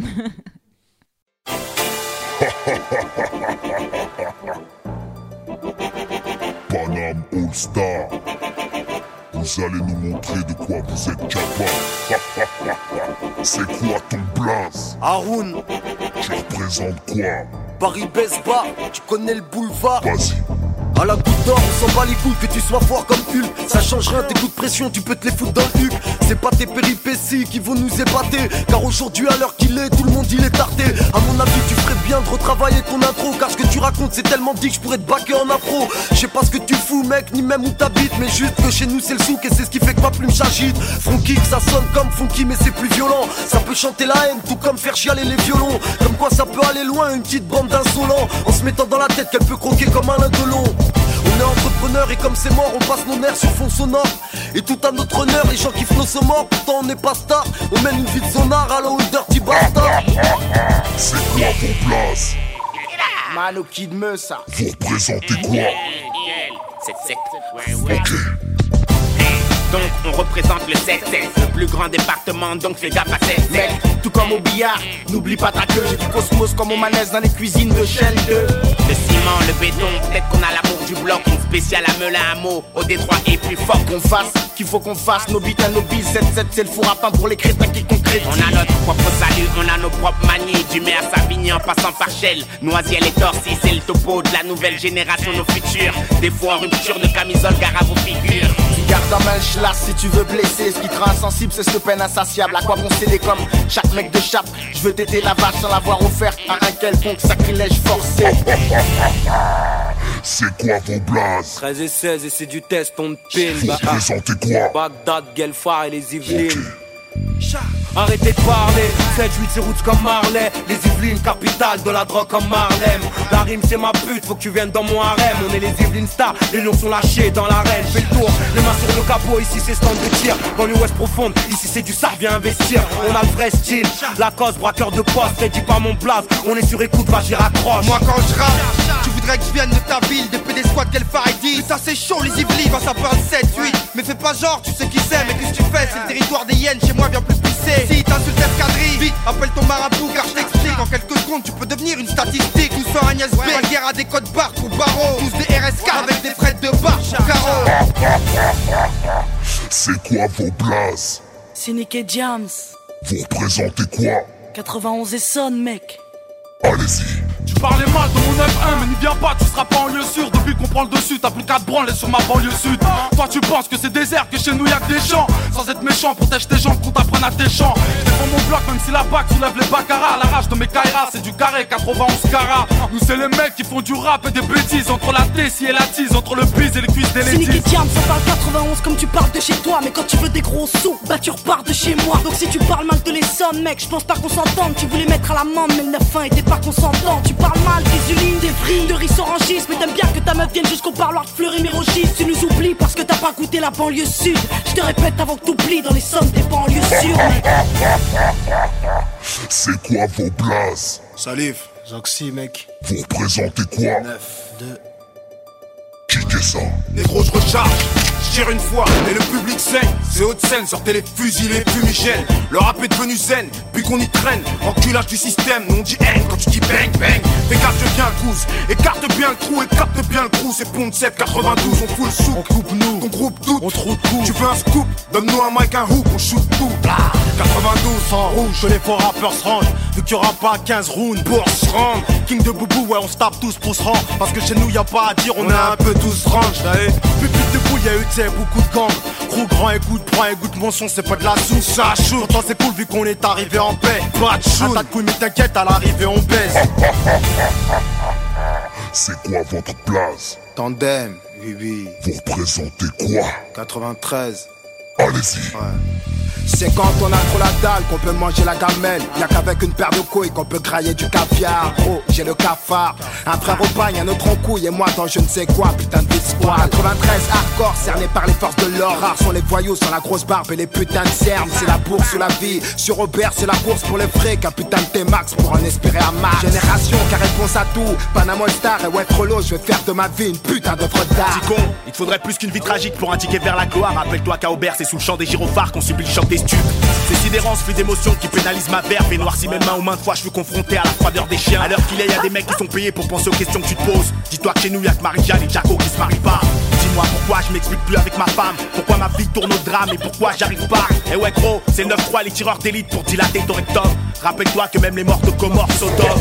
[SPEAKER 9] Paname All Star. Vous allez nous montrer de quoi vous êtes capable. C'est quoi ton blaze?
[SPEAKER 10] Haroun,
[SPEAKER 9] Tu représentes quoi?
[SPEAKER 10] Paris Besbar, tu connais le boulevard.
[SPEAKER 9] Vas-y.
[SPEAKER 10] À la goutte d'or, on s'en bat les couilles, que tu sois fort comme Hulk. Ça change rien, tes coups de pression, tu peux te les foutre dans le huc. C'est pas tes péripéties qui vont nous épater. Car aujourd'hui, à l'heure qu'il est, tout le monde il est tarté. À mon avis, tu ferais bien de retravailler ton intro. Car ce que tu racontes, c'est tellement dit que je pourrais te baquer en afro. Je sais pas ce que tu fous, mec, ni même où t'habites. Mais juste que chez nous, c'est le souk et c'est ce qui fait que ma plume s'agite. Front kick, ça sonne comme funky, mais c'est plus violent. Ça peut chanter la haine, tout comme faire chialer les violons. Comme quoi, ça peut aller loin, une petite bande d'insolents. En se mettant dans la tête qu'elle peut croquer comme un lindelon. On est entrepreneur et comme c'est mort, on passe nos nerfs sur fond sonore. Et tout à notre honneur, les gens kiffent nos morts. Pourtant on n'est pas star, on mène une vie de zonard. Allo dirty bastard.
[SPEAKER 9] C'est quoi ton blaze?
[SPEAKER 10] Mano Kid Meusa.
[SPEAKER 9] Vous représentez quoi?
[SPEAKER 10] C'est sec.
[SPEAKER 9] Ok.
[SPEAKER 11] Donc on représente le sept sept, le plus grand département, donc fais gaffe à sept
[SPEAKER 10] Mec, tout comme au billard, n'oublie pas ta queue. J'ai du cosmos comme au manège dans les cuisines de chaîne deux.
[SPEAKER 11] Le ciment, le béton, peut-être qu'on a l'amour du bloc. Une spéciale à Melun, un mot, au Détroit est plus fort.
[SPEAKER 10] Qu'on fasse, qu'il faut qu'on fasse, nos bites à nos billes. sept sept c'est le four à pain pour les crétins qui concrétisent.
[SPEAKER 11] On a notre propre salut, on a nos propres manies. Du mai à Savigny en passant par Shell, Noisiel et Torcy, c'est le topo de la nouvelle génération, nos futurs. Des fois en rupture de camisole, gare à vos figures.
[SPEAKER 10] Tu gardes en main le schlass si tu veux blesser. Ce qui te rend insensible, c'est cette peine insatiable. À quoi bon céder comme chaque mec de chape? Je veux téter la vache sans l'avoir offerte à un quelconque sacrilège forcé.
[SPEAKER 9] C'est quoi vos blazes?
[SPEAKER 12] treize et seize et c'est du test, on te pine.
[SPEAKER 9] Vous présentez quoi?
[SPEAKER 12] Bagdad, Guelfar et les Yvelines. Okay. Arrêtez de parler, sept huit c'est routes comme Marley. Les Yvelines, capitale de la drogue comme Marlem. La rime c'est ma pute, faut que tu viennes dans mon harem. On est les Yvelines stars, les lions sont lâchés dans l'arène. Fais le tour, les mains sur le capot, ici c'est stand de tir. Dans l'ouest profonde, ici c'est du sale, viens investir. On a le vrai style, la cause, braqueur de poste. T'es dis pas mon blaze, on est sur écoute, va j'y raccroche.
[SPEAKER 13] Moi quand je rappe, tu voudrais que je vienne de ta ville. Des P D squad, Guelfar et dit ça c'est chaud les Yvelines, quand ça parle sept huit. Mais fais pas genre, tu sais qui c'est, mais qu'est-ce que tu fais? C'est le territoire des hyènes, chez moi viens plus pisser. Si t'insultes escadrille, vite, appelle ton marabout car je t'explique. En quelques secondes tu peux devenir une statistique. Tout sans Agnès B, la guerre à des codes barres pour barreaux. Tous des R S K avec des frais de barre pour carreau.
[SPEAKER 9] C'est quoi vos blazes?
[SPEAKER 6] C'est Nick et Jams.
[SPEAKER 9] Vous représentez quoi?
[SPEAKER 6] quatre-vingt-onze et sonne mec.
[SPEAKER 9] Allez-y.
[SPEAKER 14] Tu parlais mal de mon neuf un mais n'y viens pas, tu seras pas en lieu sûr. Depuis qu'on prend le dessus, t'as plus qu'à te branler sur ma banlieue sud. Toi tu penses que c'est désert, que chez nous y'a que des champs. Sans être méchant, protège tes jambes qu'on t'apprenne à tes champs. Je défends mon bloc même si la bac soulève les baccarat. La rage de mes Kaira, c'est du carré, quatre-vingt-onze carats. Nous c'est les mecs qui font du rap et des bêtises. Entre la tessie et la tise, entre le bise et les cuisses des ladies.
[SPEAKER 6] C'est Nicky Jam, ça parle quatre-vingt-onze comme tu parles de chez toi. Mais quand tu veux des gros sous, bah tu repars de chez moi. Donc si tu parles mal de l'Essonne mec, je pense pas qu'on s'entende. Tu voulais mettre à l'amende mais le neuf un était pas consentant. Tu parles mal des Ulines, des Vries, de riz orangis. Mais t'aimes bien que ta meuf vienne jusqu'au parloir de Fleury Mérogis. Tu nous oublies parce que t'as pas goûté la banlieue sud. Je te répète avant que t'oublies dans les sommes des banlieues sûres mec.
[SPEAKER 9] C'est quoi vos blazes?
[SPEAKER 10] Salif, Zoxy mec.
[SPEAKER 9] Vous représentez quoi?
[SPEAKER 10] neuf deux.
[SPEAKER 9] Kickez ça.
[SPEAKER 15] Négro je recharge, je tire une fois et le public saigne. C'est haute scène, sortez les fusils, les fumigènes. Le rap est devenu zen, puis qu'on y traîne. Enculage du système, nous on dit haine quand tu dis bang bang. Fais gaffe bien le cousse, écarte bien le trou, écarte bien le trou. C'est Pont sept quatre-vingt-douze, on fout le sou. On coupe nous, ton groupe doute, on trouve tout. Tu veux un scoop, donne-nous un mic, un hook, on shoot tout. Blah. quatre-vingt-douze, sans rouge, que les faux rappeurs se rangent. Vu qu'il y aura pas quinze rounds pour se rendre. King de Boubou, ouais on se tape tous pour se rendre. Parce que chez nous y'a pas à dire, on, on est un peu tous range, t'as Pupille de boule, y'a eu t'sais beaucoup de gangs. Gros grand écoute, prends écoute mon son, c'est pas de la soupe, ça shoot. Pourtant c'est cool vu qu'on est arrivé en paix. Pas de shoot, un tas de couilles mais t'inquiète, à l'arrivée on baise.
[SPEAKER 9] C'est quoi votre place?
[SPEAKER 10] Tandem, oui oui.
[SPEAKER 9] Vous représentez quoi?
[SPEAKER 10] quatre-vingt-treize.
[SPEAKER 9] Allez-y.
[SPEAKER 10] Ouais. C'est quand on a trop la dalle qu'on peut manger la gamelle. Y'a qu'avec une paire de couilles qu'on peut grailler du caviar. Oh, j'ai le cafard. Un frère au bagne, un autre en couille. Et moi dans je ne sais quoi, putain de squad. quatre-vingt-treize hardcore, cerné par les forces de l'or. Rares sont les voyous sans la grosse barbe et les putains de cernes. C'est la bourse ou la vie. Sur Robert, c'est la course pour les frais. Qu'un putain de T-Max pour en espérer un max. Génération qui a réponse à tout. Panama All Star et ouais, Frollo, je vais faire de ma vie une putain d'œuvre d'art.
[SPEAKER 11] Petit con, il te faudrait plus qu'une vie tragique pour indiquer vers la gloire. Rappelle-toi qu'à Aubert, c'est sous le champ des gyrophares qu'on subit le choc des stupes. C'est sidérant, ce flux d'émotions qui pénalise ma verve et noircit mes mains aux maintes fois je suis confronté à la froideur des chiens. À l'heure qu'il est, y'a des mecs qui sont payés pour penser aux questions que tu te poses. Dis-toi que chez nous y'a que Marie-Jeanne et Jaco qui se marient pas. Dis-moi pourquoi je m'explique plus avec ma femme. Pourquoi ma vie tourne au drame et pourquoi j'arrive pas. Et ouais gros, c'est le neuf trois les tireurs d'élite pour dilater ton rectum. Rappelle-toi que même les morts de Comores s'autovent.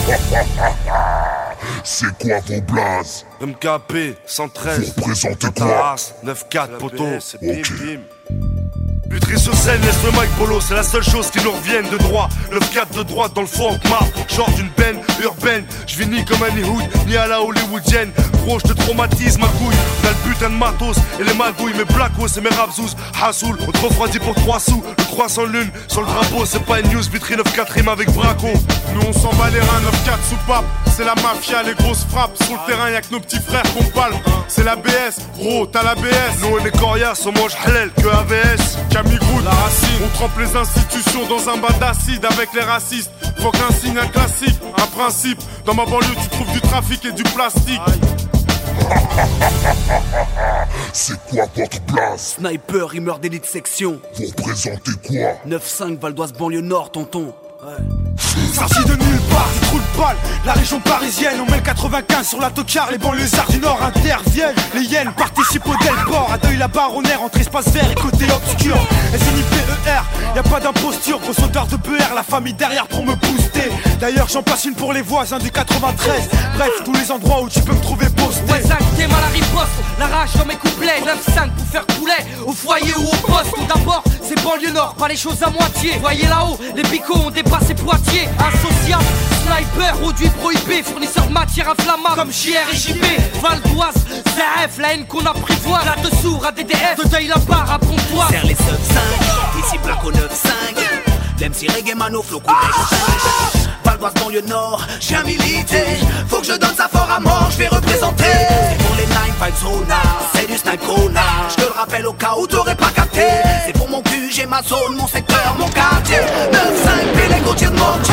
[SPEAKER 9] C'est quoi vos blazes?
[SPEAKER 15] M K P cent treize.
[SPEAKER 9] Vous représentez quoi?
[SPEAKER 15] neuf quatre poteau.
[SPEAKER 9] Ok.
[SPEAKER 15] Puterie sur scène, laisse le mic polo, c'est la seule chose qui nous revienne de droit. Le quatre de droite dans le fond en marre, genre d'une benne urbaine. Je vis ni comme un Hollywood, ni à la hollywoodienne. Gros, je te traumatise ma couille. T'as le putain de matos et les magouilles, mes blacos et mes rapsous. Hassoul, on te refroidit pour trois sous. Le trois sans lune, sur le drapeau, c'est pas une news. Vitrine neuf quatre rime avec Braco.
[SPEAKER 16] Nous on s'en bat les reins, neuf quatre sous pape. C'est la mafia, les grosses frappes. Sur le terrain, y'a que nos petits frères qu'on parle. C'est la B S, gros, t'as la B S.
[SPEAKER 15] Nous on est coriaces, on mange halal que A V S.
[SPEAKER 16] Camille Groot, la racine. On trempe les institutions dans un bas d'acide avec les racistes. Faut qu'un signe, un classique, un principe. Dans ma banlieue, tu trouves du trafic et du plastique.
[SPEAKER 9] C'est quoi votre place?
[SPEAKER 17] Sniper, il meurt d'élite section.
[SPEAKER 9] Vous représentez quoi?
[SPEAKER 17] neuf cinq, Val d'Oise, banlieue nord, tonton. Ouais.
[SPEAKER 13] Sorti de nulle part, des trous de balle, la région parisienne, on met le quatre-vingt-quinze sur la tocard, les banlieusards du nord interviennent. Les hyènes participent au Delport, à Deuil la Baronnaire, entre espace vert et côté obscur. S N I P E R, y'a pas d'imposture, gros odeur de B R, la famille derrière pour me booster. D'ailleurs j'en passe une pour les voisins du quatre-vingt-treize. Bref, tous les endroits où tu peux me trouver posté.
[SPEAKER 18] Ouais, cinq t'es mal à riposte, la rage dans mes couplets. neuf cinq pour faire poulet, au foyer ou au poste. Tout d'abord, c'est banlieue nord, pas les choses à moitié. Voyez là-haut, les picots ont dépassé Poitiers. Insociable, sniper, produit prohibé, fournisseur de matière inflammable comme J R et J B. Val d'Oise, Z F, la haine qu'on apprivoise. Là de sourd à D D F, de deuil la barre à Pontoise.
[SPEAKER 19] Serre les sub cinq, ici plaque au neuf cinq. L'M C reggae mano, flow coupé. Val d'Oise, banlieue nord, j'viens militer. Faut que je donne ça fort à mort, j'vais représenter. C'est pour les nine five zona, c'est du snipe Kona. J'te le rappelle au cas où t'aurais pas capté. C'est pour mon cul, j'ai ma zone, mon secteur, mon quartier. neuf cinq, puis les côtiers de Montier.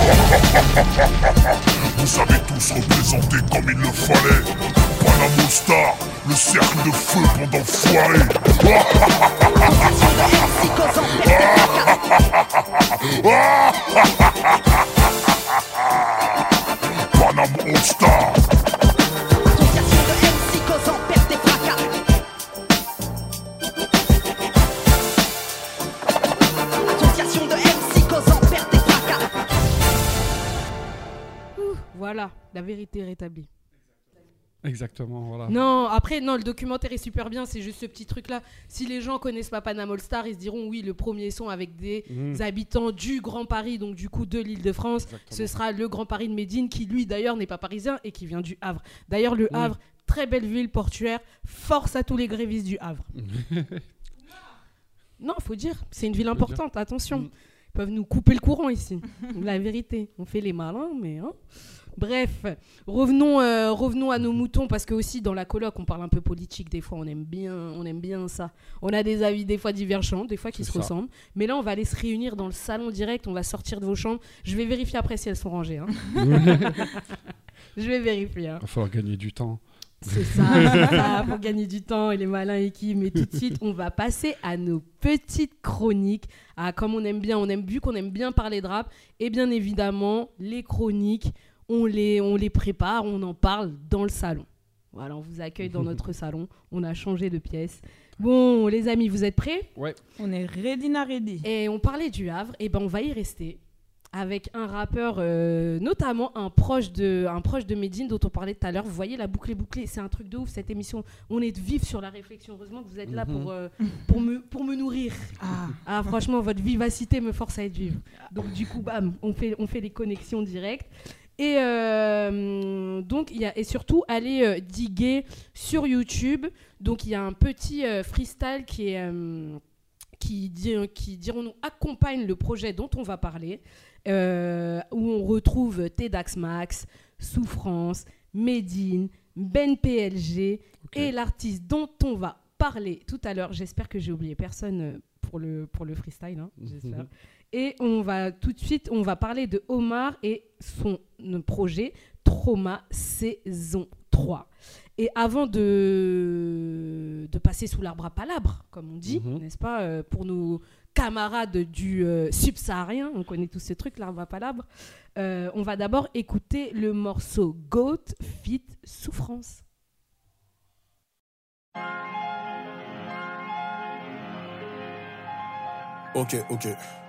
[SPEAKER 9] Vous savez tous représenter comme il le fallait. Panam All Star, le cercle de feu pendant foiré. Panam All Star.
[SPEAKER 19] Association de M C causant perte des fracas. Association de M C causant perte des fracas.
[SPEAKER 1] Ouh, voilà, la vérité rétablie.
[SPEAKER 3] Exactement, voilà.
[SPEAKER 1] Non, après, non, le documentaire est super bien, c'est juste ce petit truc-là. Si les gens connaissent pas Panam All Star, ils se diront oui, le premier son avec des mmh. habitants du Grand Paris, donc du coup de l'Île-de-France, ce sera le Grand Paris de Médine, qui lui d'ailleurs n'est pas parisien et qui vient du Havre. D'ailleurs, le mmh. Havre, très belle ville portuaire, force à tous les grévistes du Havre. Non, faut dire, c'est une ville importante, attention. Mmh. Ils peuvent nous couper le courant ici, la vérité. On fait les malins, mais... Hein. Bref, revenons, euh, revenons à nos moutons, parce que aussi dans la coloc on parle un peu politique, des fois on aime bien, on aime bien ça. On a des avis des fois divergents, des fois qui c'est se ça. ressemblent. Mais là on va aller se réunir dans le salon direct, on va sortir de vos chambres. Je vais vérifier après si elles sont rangées. Hein. Je vais vérifier. Hein.
[SPEAKER 3] Il va falloir gagner du temps.
[SPEAKER 1] C'est ça, c'est ça, faut gagner du temps et les malins équipes. Mais tout de suite, on va passer à nos petites chroniques. Ah, comme on aime bien, on aime vu qu'on aime bien parler de rap. Et bien évidemment, les chroniques, on les, on les prépare, on en parle dans le salon. Voilà, on vous accueille dans notre salon. On a changé de pièce. Bon, les amis, vous êtes prêts ?
[SPEAKER 3] Ouais.
[SPEAKER 2] On est ready na ready.
[SPEAKER 1] Et on parlait du Havre, et ben on va y rester. Avec un rappeur, euh, notamment un proche, de, un proche de Médine dont on parlait tout à l'heure. Vous voyez, la boucle est bouclée. C'est un truc de ouf, cette émission. On est vif sur la réflexion. Heureusement que vous êtes là pour, euh, pour, me, pour me nourrir. Ah. Ah, franchement, votre vivacité me force à être vive. Donc, du coup, bam, on fait, on fait les connexions directes. Et, euh, donc, y a, et surtout, allez euh, diguer sur YouTube. Donc, il y a un petit euh, freestyle qui est... Euh, qui, dit, qui dirons-nous, accompagne le projet dont on va parler, euh, où on retrouve Tedax Max, Souffrance, Médine, Ben P L G, okay. Et l'artiste dont on va parler tout à l'heure. J'espère que j'ai oublié personne pour le, pour le freestyle, hein, j'espère. Et on va tout de suite, on va parler de Omar et son projet Trauma saison trois. Et avant de, de passer sous l'arbre à palabre, comme on dit, mm-hmm. n'est-ce pas, euh, pour nos camarades du euh, subsaharien, on connaît tous ces trucs, l'arbre à palabre, euh, on va d'abord écouter le morceau Goat feat. Souffrance.
[SPEAKER 15] Ok, ok.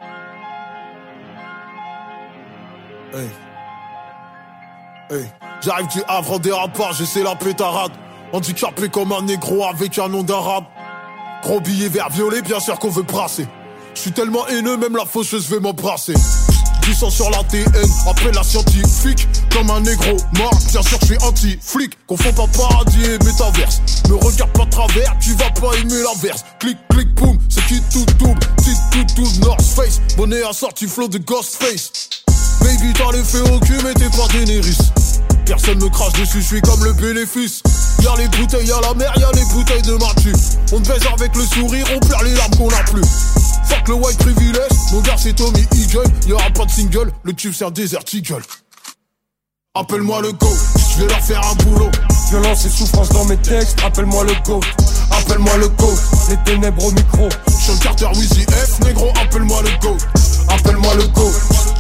[SPEAKER 15] Hey. Hey. J'arrive du Havre en dérapage et c'est la pétarade. Handicapé comme un négro avec un nom d'arabe. Gros billet vert violet, bien sûr qu'on veut brasser. J'suis tellement haineux, même la faucheuse veut m'embrasser. Du sang sur la T N, après la scientifique. Comme un négro mort, bien sûr j'suis anti-flic. Confond pas paradis et métaverse. Me regarde pas travers, tu vas pas aimer l'inverse. Clic, clic, boum, c'est qui tout double. Petite tout double, North Face. Bonnet assorti flow de Ghostface. Baby t'as les faits au cul mais t'es pas Daenerys. Personne me crache dessus, je suis comme le bénéfice. Y'a les bouteilles à la mer, y'a les bouteilles de Mathieu. On te baise avec le sourire, on perd les larmes qu'on a plus. Fuck le white privilege, mon gars c'est Tommy Eagle. Y'aura pas de single, le tube c'est un Desert Eagle. Appelle-moi le go, je vais leur faire un boulot.
[SPEAKER 12] Violence et souffrance dans mes textes, appelle-moi le GOAT. Appelle-moi le GOAT, les ténèbres au micro.
[SPEAKER 15] Sean Carter, Weezy F, négro, appelle-moi le GOAT.
[SPEAKER 12] Appelle-moi le GOAT.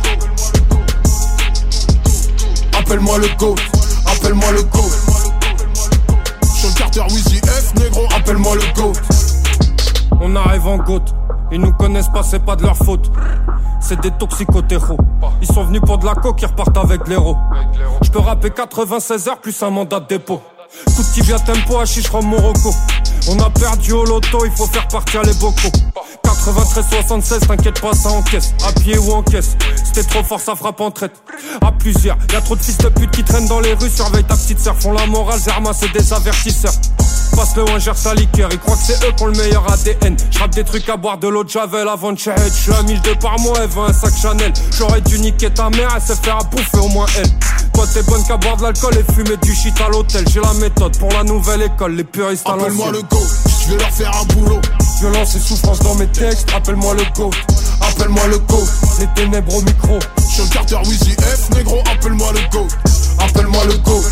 [SPEAKER 12] Appelle-moi le GOAT. Appelle-moi le GOAT.
[SPEAKER 15] Sean Carter, Weezy F, négro,
[SPEAKER 12] appelle-moi le GOAT. On arrive en GOAT, ils nous connaissent pas, c'est pas de leur faute. C'est des toxicotéros. Ils sont venus pour de la coke, ils repartent avec l'héros. J'peux rapper quatre-vingt-seize heures plus un mandat de dépôt. Coup de tibia tempo, hachiche rhum Morocco. On a perdu au loto, il faut faire partir les bocaux. quatre-vingt-treize soixante-seize, t'inquiète pas, ça encaisse. À pied ou en caisse, c'était trop fort, ça frappe en traite. À plusieurs, y'a trop de fils de pute qui traînent dans les rues. Surveille ta petite sœur, font la morale, Zerma c'est des avertisseurs. Passe le gère sa liqueur, ils croient que c'est eux qui ont le meilleur A D N. J'rappe des trucs à boire de l'eau de Javel avant de chat. J'suis à mille deux par mois, elle veut un sac Chanel. J'aurais dû niquer ta mère, elle sait faire à bouffer au moins elle. Toi t'es bonne qu'à boire de l'alcool et fumer du shit à l'hôtel. J'ai la méthode pour la nouvelle école, les puristes à l'ancienne.
[SPEAKER 15] Appelle-moi le GOAT, j'vais leur faire un boulot.
[SPEAKER 12] Violence et souffrance dans mes textes, appelle-moi le GOAT. Appelle-moi le GOAT, les ténèbres au micro.
[SPEAKER 15] Sean Carter, Weezy F, négro, appelle-moi le GOAT.
[SPEAKER 12] Appelle-moi le GOAT.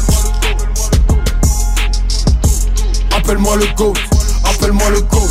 [SPEAKER 12] Appelle-moi le GOAT. Appelle-moi le GOAT.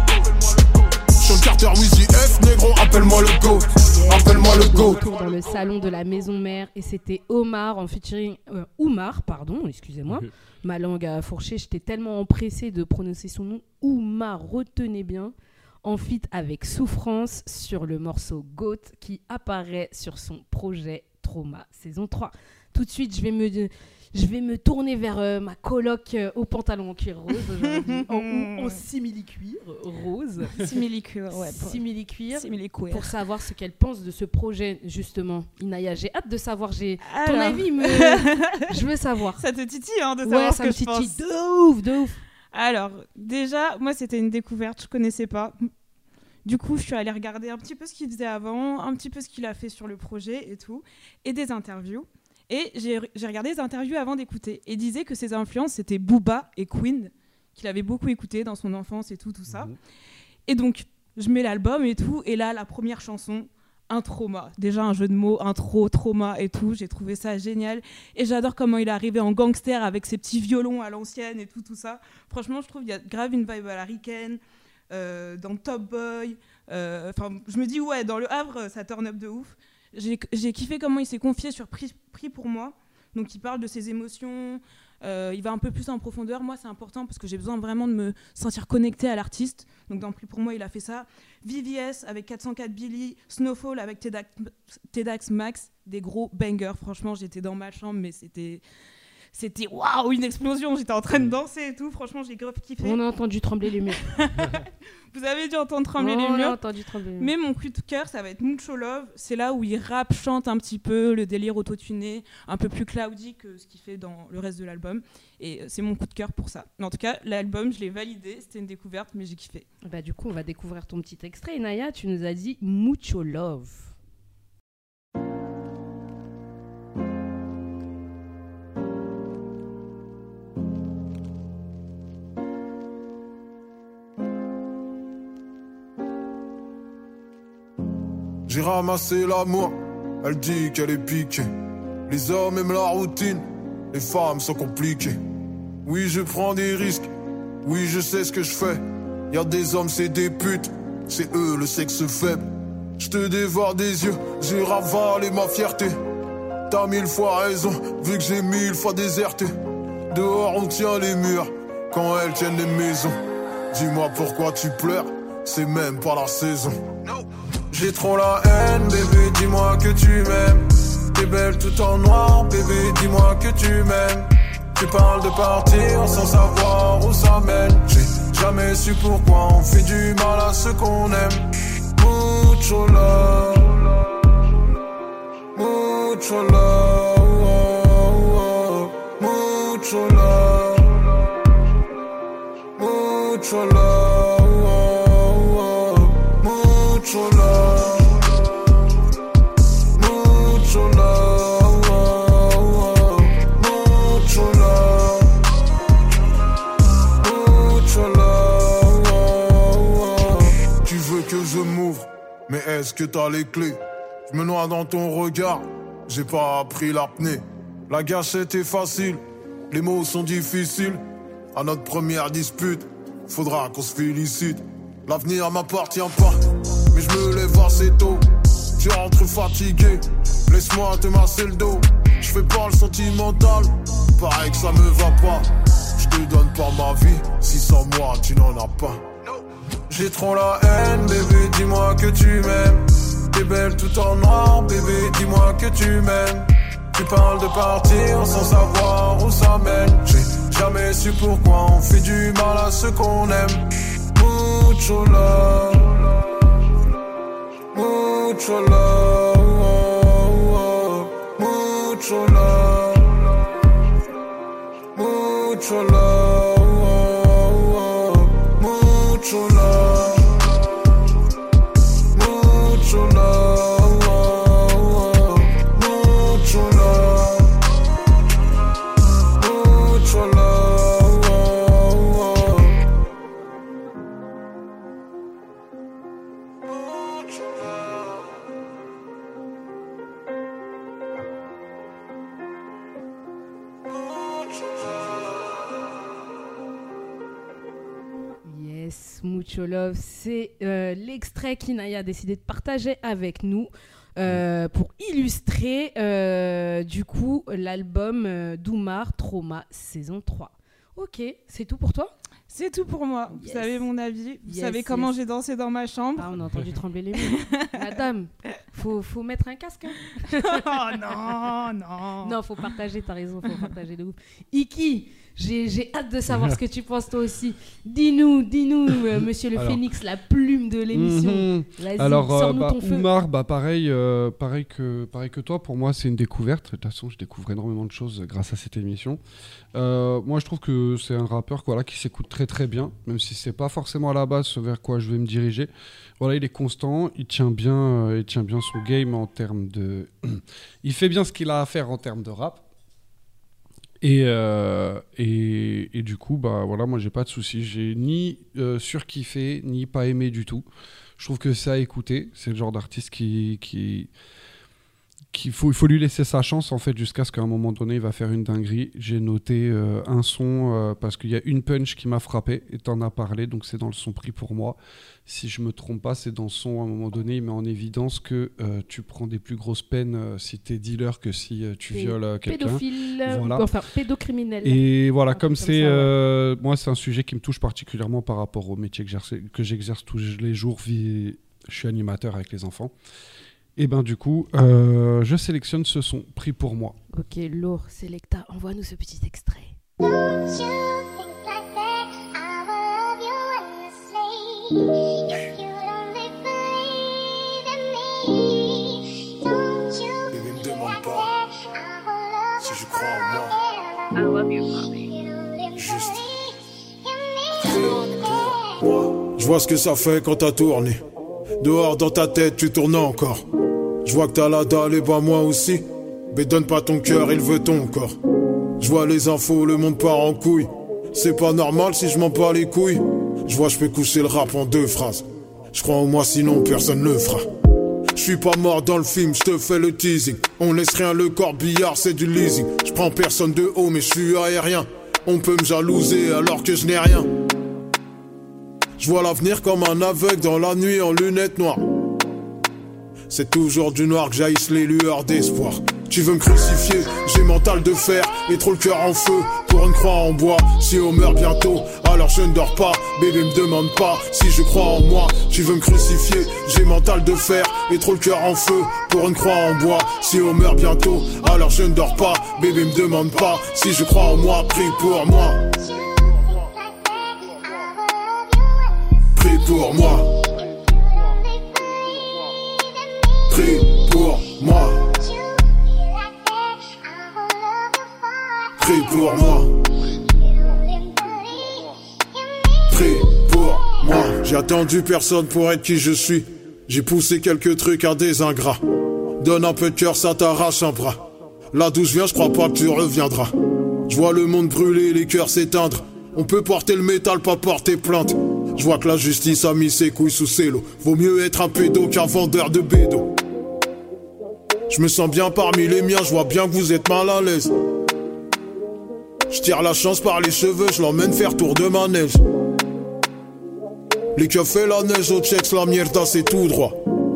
[SPEAKER 15] Sean Carter, Weezy F, négro, appelle-moi le GOAT.
[SPEAKER 12] Appelle-moi le GOAT.
[SPEAKER 1] Retour dans le salon de la maison mère et c'était Omar en featuring euh, Oumar, pardon, excusez-moi. Mm-hmm. Ma langue a fourché, j'étais tellement empressée de prononcer son nom. Oumar, retenez bien. En feat avec Souffrance sur le morceau GOAT qui apparaît sur son projet Trauma saison trois. Tout de suite, je vais me, je vais me tourner vers euh, ma coloc euh, au pantalon en cuir rose aujourd'hui, en, en simili-cuir rose.
[SPEAKER 2] Simili-cuir, ouais.
[SPEAKER 1] Pour, simili-cuir.
[SPEAKER 2] Simili-cuir.
[SPEAKER 1] Pour savoir ce qu'elle pense de ce projet, justement. Inaya, j'ai hâte de savoir. J'ai...
[SPEAKER 2] Alors...
[SPEAKER 1] Ton avis, me... je veux savoir.
[SPEAKER 2] Ça te titille hein, de savoir
[SPEAKER 1] ouais,
[SPEAKER 2] ce
[SPEAKER 1] ça
[SPEAKER 2] que
[SPEAKER 1] me
[SPEAKER 2] je pense.
[SPEAKER 1] titille de ouf, de ouf.
[SPEAKER 2] Alors, déjà, moi, c'était une découverte, je connaissais pas. Du coup, je suis allée regarder un petit peu ce qu'il faisait avant, un petit peu ce qu'il a fait sur le projet et tout, et des interviews. Et j'ai, j'ai regardé des interviews avant d'écouter. Et il disait que ses influences, c'était Booba et Queen, qu'il avait beaucoup écouté dans son enfance et tout, tout ça. Mmh. Et donc, je mets l'album et tout, et là, la première chanson, un trauma. Déjà, un jeu de mots, intro, trauma et tout. J'ai trouvé ça génial. Et j'adore comment il est arrivé en gangster avec ses petits violons à l'ancienne et tout, tout ça. Franchement, je trouve qu'il y a grave une vibe à la Riken, euh, dans Top Boy. Enfin, euh, je me dis, ouais, dans Le Havre, ça turn up de ouf. J'ai, j'ai kiffé comment il s'est confié sur Pris, Pris pour moi. Donc, il parle de ses émotions. Euh, il va un peu plus en profondeur. Moi, c'est important parce que j'ai besoin vraiment de me sentir connectée à l'artiste. Donc, dans Pris pour moi, il a fait ça. V V S avec quatre cent quatre Billy. Snowfall avec Tedax, Tedax Max. Des gros bangers. Franchement, j'étais dans ma chambre, mais c'était... C'était waouh, une explosion, j'étais en train de danser et tout, franchement j'ai grave kiffé.
[SPEAKER 1] On a entendu trembler les murs.
[SPEAKER 2] Vous avez dû entendre trembler
[SPEAKER 1] oh,
[SPEAKER 2] les murs.
[SPEAKER 1] On a entendu trembler les murs.
[SPEAKER 2] Mais mon coup de cœur, ça va être Mucho Love, c'est là où il rappe, chante un petit peu, le délire autotuné, un peu plus cloudy que ce qu'il fait dans le reste de l'album. Et c'est mon coup de cœur pour ça. Mais en tout cas, l'album, je l'ai validé, c'était une découverte, mais j'ai kiffé.
[SPEAKER 1] Bah du coup, on va découvrir ton petit extrait. Naya, tu nous as dit Mucho Love.
[SPEAKER 4] J'ai ramassé l'amour, elle dit qu'elle est piquée. Les hommes aiment la routine, les femmes sont compliquées. Oui, je prends des risques, oui, je sais ce que je fais. Y'a des hommes, c'est des putes, c'est eux le sexe faible. Je te dévore des yeux, j'ai ravalé ma fierté. T'as mille fois raison, vu que j'ai mille fois déserté. Dehors on tient les murs, quand elles tiennent les maisons. Dis-moi pourquoi tu pleures, c'est même pas la saison. J'ai trop la haine, bébé, dis-moi que tu m'aimes. T'es belle tout en noir, bébé, dis-moi que tu m'aimes. Tu parles de partir sans savoir où ça mène. J'ai jamais su pourquoi on fait du mal à ceux qu'on aime. Mucho love, mucho love, mucho love, mucho love, mucho love. Mais est-ce que t'as les clés? Je me noie dans ton regard, j'ai pas appris l'apnée. La gâchette est facile, Les mots sont difficiles. À notre première dispute, faudra qu'on se félicite. L'avenir m'appartient pas, mais je me lève assez tôt. Tu rentres fatigué, laisse-moi te masser le dos. Je fais pas le sentimental, pareil que ça me va pas. Je te donne pas ma vie, si sans moi tu n'en as pas. J'ai trop la haine, bébé, dis-moi que tu m'aimes. T'es belle tout en noir, bébé, dis-moi que tu m'aimes. Tu parles de partir sans savoir où ça mène. J'ai jamais su pourquoi on fait du mal à ceux qu'on aime. Mucho love, mucho love, mucho love, mucho love, mucho love, mucho love, mucho love, mucho love.
[SPEAKER 1] Mucho Love, c'est euh, l'extrait qu'Inaya a décidé de partager avec nous euh, pour illustrer euh, du coup l'album euh, Doumar Trauma saison trois. Ok, c'est tout pour toi ?
[SPEAKER 2] C'est tout pour moi. Yes. Vous savez mon avis. Vous yes, savez comment yes. j'ai dansé dans ma chambre.
[SPEAKER 1] Ah, on a entendu trembler les murs. Madame, faut, faut mettre un casque. Hein.
[SPEAKER 2] Oh non, non.
[SPEAKER 1] Non, faut partager, t'as raison, faut partager de ouf. Iki, j'ai, j'ai hâte de savoir ce que tu penses toi aussi. Dis-nous, dis-nous, euh, monsieur le Alors, Phénix, la plume de l'émission. Mm-hmm. Vas-y,
[SPEAKER 3] Alors, euh,
[SPEAKER 1] sors-nous
[SPEAKER 3] bah,
[SPEAKER 1] ton feu.
[SPEAKER 3] Oumar, bah, pareil, euh, pareil, que, pareil que toi, pour moi, c'est une découverte. De toute façon, je découvre énormément de choses grâce à cette émission. Euh, moi, je trouve que c'est un rappeur voilà, qui s'écoute très très bien, même si c'est pas forcément à la base ce vers quoi je vais me diriger. Voilà, il est constant, il tient bien, euh, il tient bien son game en termes de... il fait bien ce qu'il a à faire en termes de rap. Et, euh, et, et du coup, bah, voilà, moi, j'ai pas de soucis. J'ai ni euh, surkiffé, ni pas aimé du tout. Je trouve que c'est à écouter. C'est le genre d'artiste qui... qui qu'il faut, il faut lui laisser sa chance en fait jusqu'à ce qu'à un moment donné il va faire une dinguerie. J'ai noté euh, un son euh, parce qu'il y a une punch qui m'a frappé et t'en as parlé, donc c'est dans le son pris pour moi. Si je me trompe pas, c'est dans le son à un moment donné il met en évidence que euh, tu prends des plus grosses peines euh, si t'es dealer que si euh, tu et violes euh, quelqu'un.
[SPEAKER 1] Pédophile, voilà. Enfin pédocriminel.
[SPEAKER 3] Et voilà, comme, comme c'est, ça, euh, ouais. moi c'est un sujet qui me touche particulièrement par rapport au métier que j'exerce, que j'exerce tous les jours. Je suis animateur avec les enfants. Et ben du coup, euh, je sélectionne ce son pris pour moi.
[SPEAKER 1] Ok, lourd, Selecta, envoie-nous ce petit extrait.
[SPEAKER 4] Bébé, me demande pas si je crois en moi. I love you, mommy. Juste. Je vois ce que ça fait quand t'as tourné. Dehors dans ta tête, tu tournes encore. Je vois que t'as la dalle et bah moi aussi. Mais donne pas ton cœur, il veut ton corps. Je vois les infos, le monde part en couille. C'est pas normal si je m'en bats les couilles. Je vois je peux coucher le rap en deux phrases. Je crois en moi sinon personne le fera. Je suis pas mort dans le film, je te fais le teasing. On laisse rien, le corbillard c'est du leasing. Je prends personne de haut mais je suis aérien. On peut me jalouser alors que je n'ai rien. Je vois l'avenir comme un aveugle dans la nuit en lunettes noires. C'est toujours du noir que jaillissent les lueurs d'espoir. Tu veux me crucifier, j'ai mental de fer et trop le cœur en feu pour une croix en bois. Si on meurt bientôt, alors je ne dors pas. Bébé me demande pas si je crois en moi. Tu veux me crucifier, j'ai mental de fer et trop le cœur en feu pour une croix en bois. Si on meurt bientôt, alors je ne dors pas. Bébé me demande pas si je crois en moi. Prie pour moi. Prie pour moi. Prie pour moi. Prie pour moi. Prie pour moi. J'ai attendu personne pour être qui je suis. J'ai poussé quelques trucs à des ingrats. Donne un peu de cœur, ça t'arrache un bras. Là d'où je viens, je crois pas que tu reviendras. Je vois le monde brûler, les cœurs s'éteindre. On peut porter le métal, pas porter plainte. Je vois que la justice a mis ses couilles sous ses lots. Vaut mieux être un pédo qu'un vendeur de bédo. Je me sens bien parmi les miens, je vois bien que vous êtes mal à l'aise. Je tire la chance par les cheveux, je l'emmène faire tour de manège. Les keufs et la neige au checks, la mierda c'est tout droit.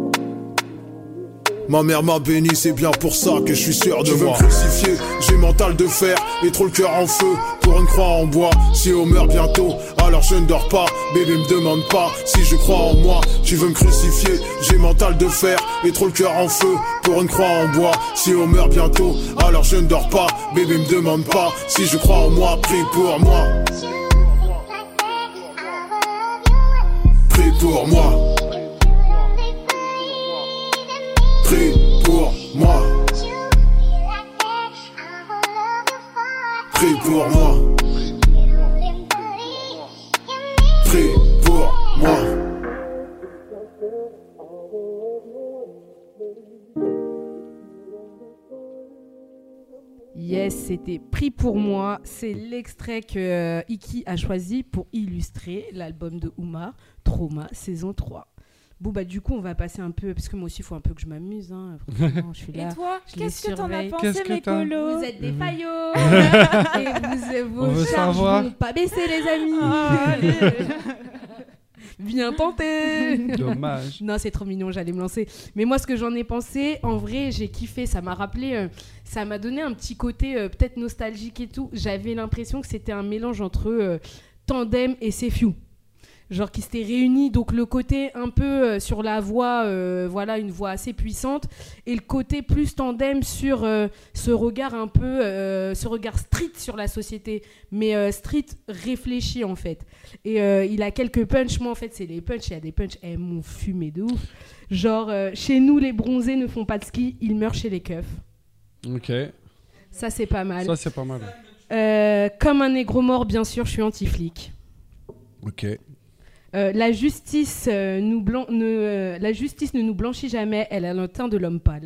[SPEAKER 4] Ma mère m'a béni, c'est bien pour ça que je suis sûr de tu moi. Tu veux me crucifier, j'ai mental de fer et trop le cœur en feu. Pour une croix en bois, si on meurt bientôt, alors je ne dors pas. Bébé me demande pas si je crois en moi. Tu veux me crucifier, j'ai mental de fer et trop le cœur en feu. Pour une croix en bois, si on meurt bientôt, alors je ne dors pas. Bébé me demande pas si je crois en moi. Prie pour moi. Prie pour moi. Prie pour moi. Prie pour moi. Prie pour moi.
[SPEAKER 1] Yes, c'était Pris pour moi. C'est l'extrait que euh, Iki a choisi pour illustrer l'album de Oumar, Trauma, saison trois. Bon, bah, du coup, on va passer un peu, parce que moi aussi, il faut un peu que je m'amuse. Hein. Je suis là.
[SPEAKER 2] Et toi,
[SPEAKER 1] je
[SPEAKER 2] qu'est-ce que t'en as pensé,
[SPEAKER 1] qu'est-ce
[SPEAKER 2] mes colos?
[SPEAKER 1] Vous êtes des faillots. Et vous, vos charges vont pas baisser, les amis. Oh, bien tenté.
[SPEAKER 3] Dommage.
[SPEAKER 1] Non, c'est trop mignon, j'allais me lancer. Mais moi, ce que j'en ai pensé, en vrai, j'ai kiffé. Ça m'a rappelé, euh, ça m'a donné un petit côté euh, peut-être nostalgique et tout. J'avais l'impression que c'était un mélange entre euh, Tandem et C'est Few. Genre qui s'étaient réunis, donc le côté un peu euh, sur la voix, euh, voilà, une voix assez puissante, et le côté plus Tandem sur euh, ce regard un peu, euh, ce regard street sur la société, mais euh, street réfléchi en fait. Et euh, il a quelques punchs, moi en fait c'est les punchs, il y a des punchs, elles m'ont fumé de ouf. Genre, euh, chez nous les bronzés ne font pas de ski, ils meurent chez les keufs.
[SPEAKER 3] Ok.
[SPEAKER 1] Ça c'est pas mal.
[SPEAKER 3] Ça c'est pas mal.
[SPEAKER 1] Euh, comme un négro mort, bien sûr, je suis anti-flic.
[SPEAKER 3] Ok.
[SPEAKER 1] Euh, la, justice, euh, nous blan- ne, euh, la justice ne nous blanchit jamais, elle a le teint de l'homme pâle.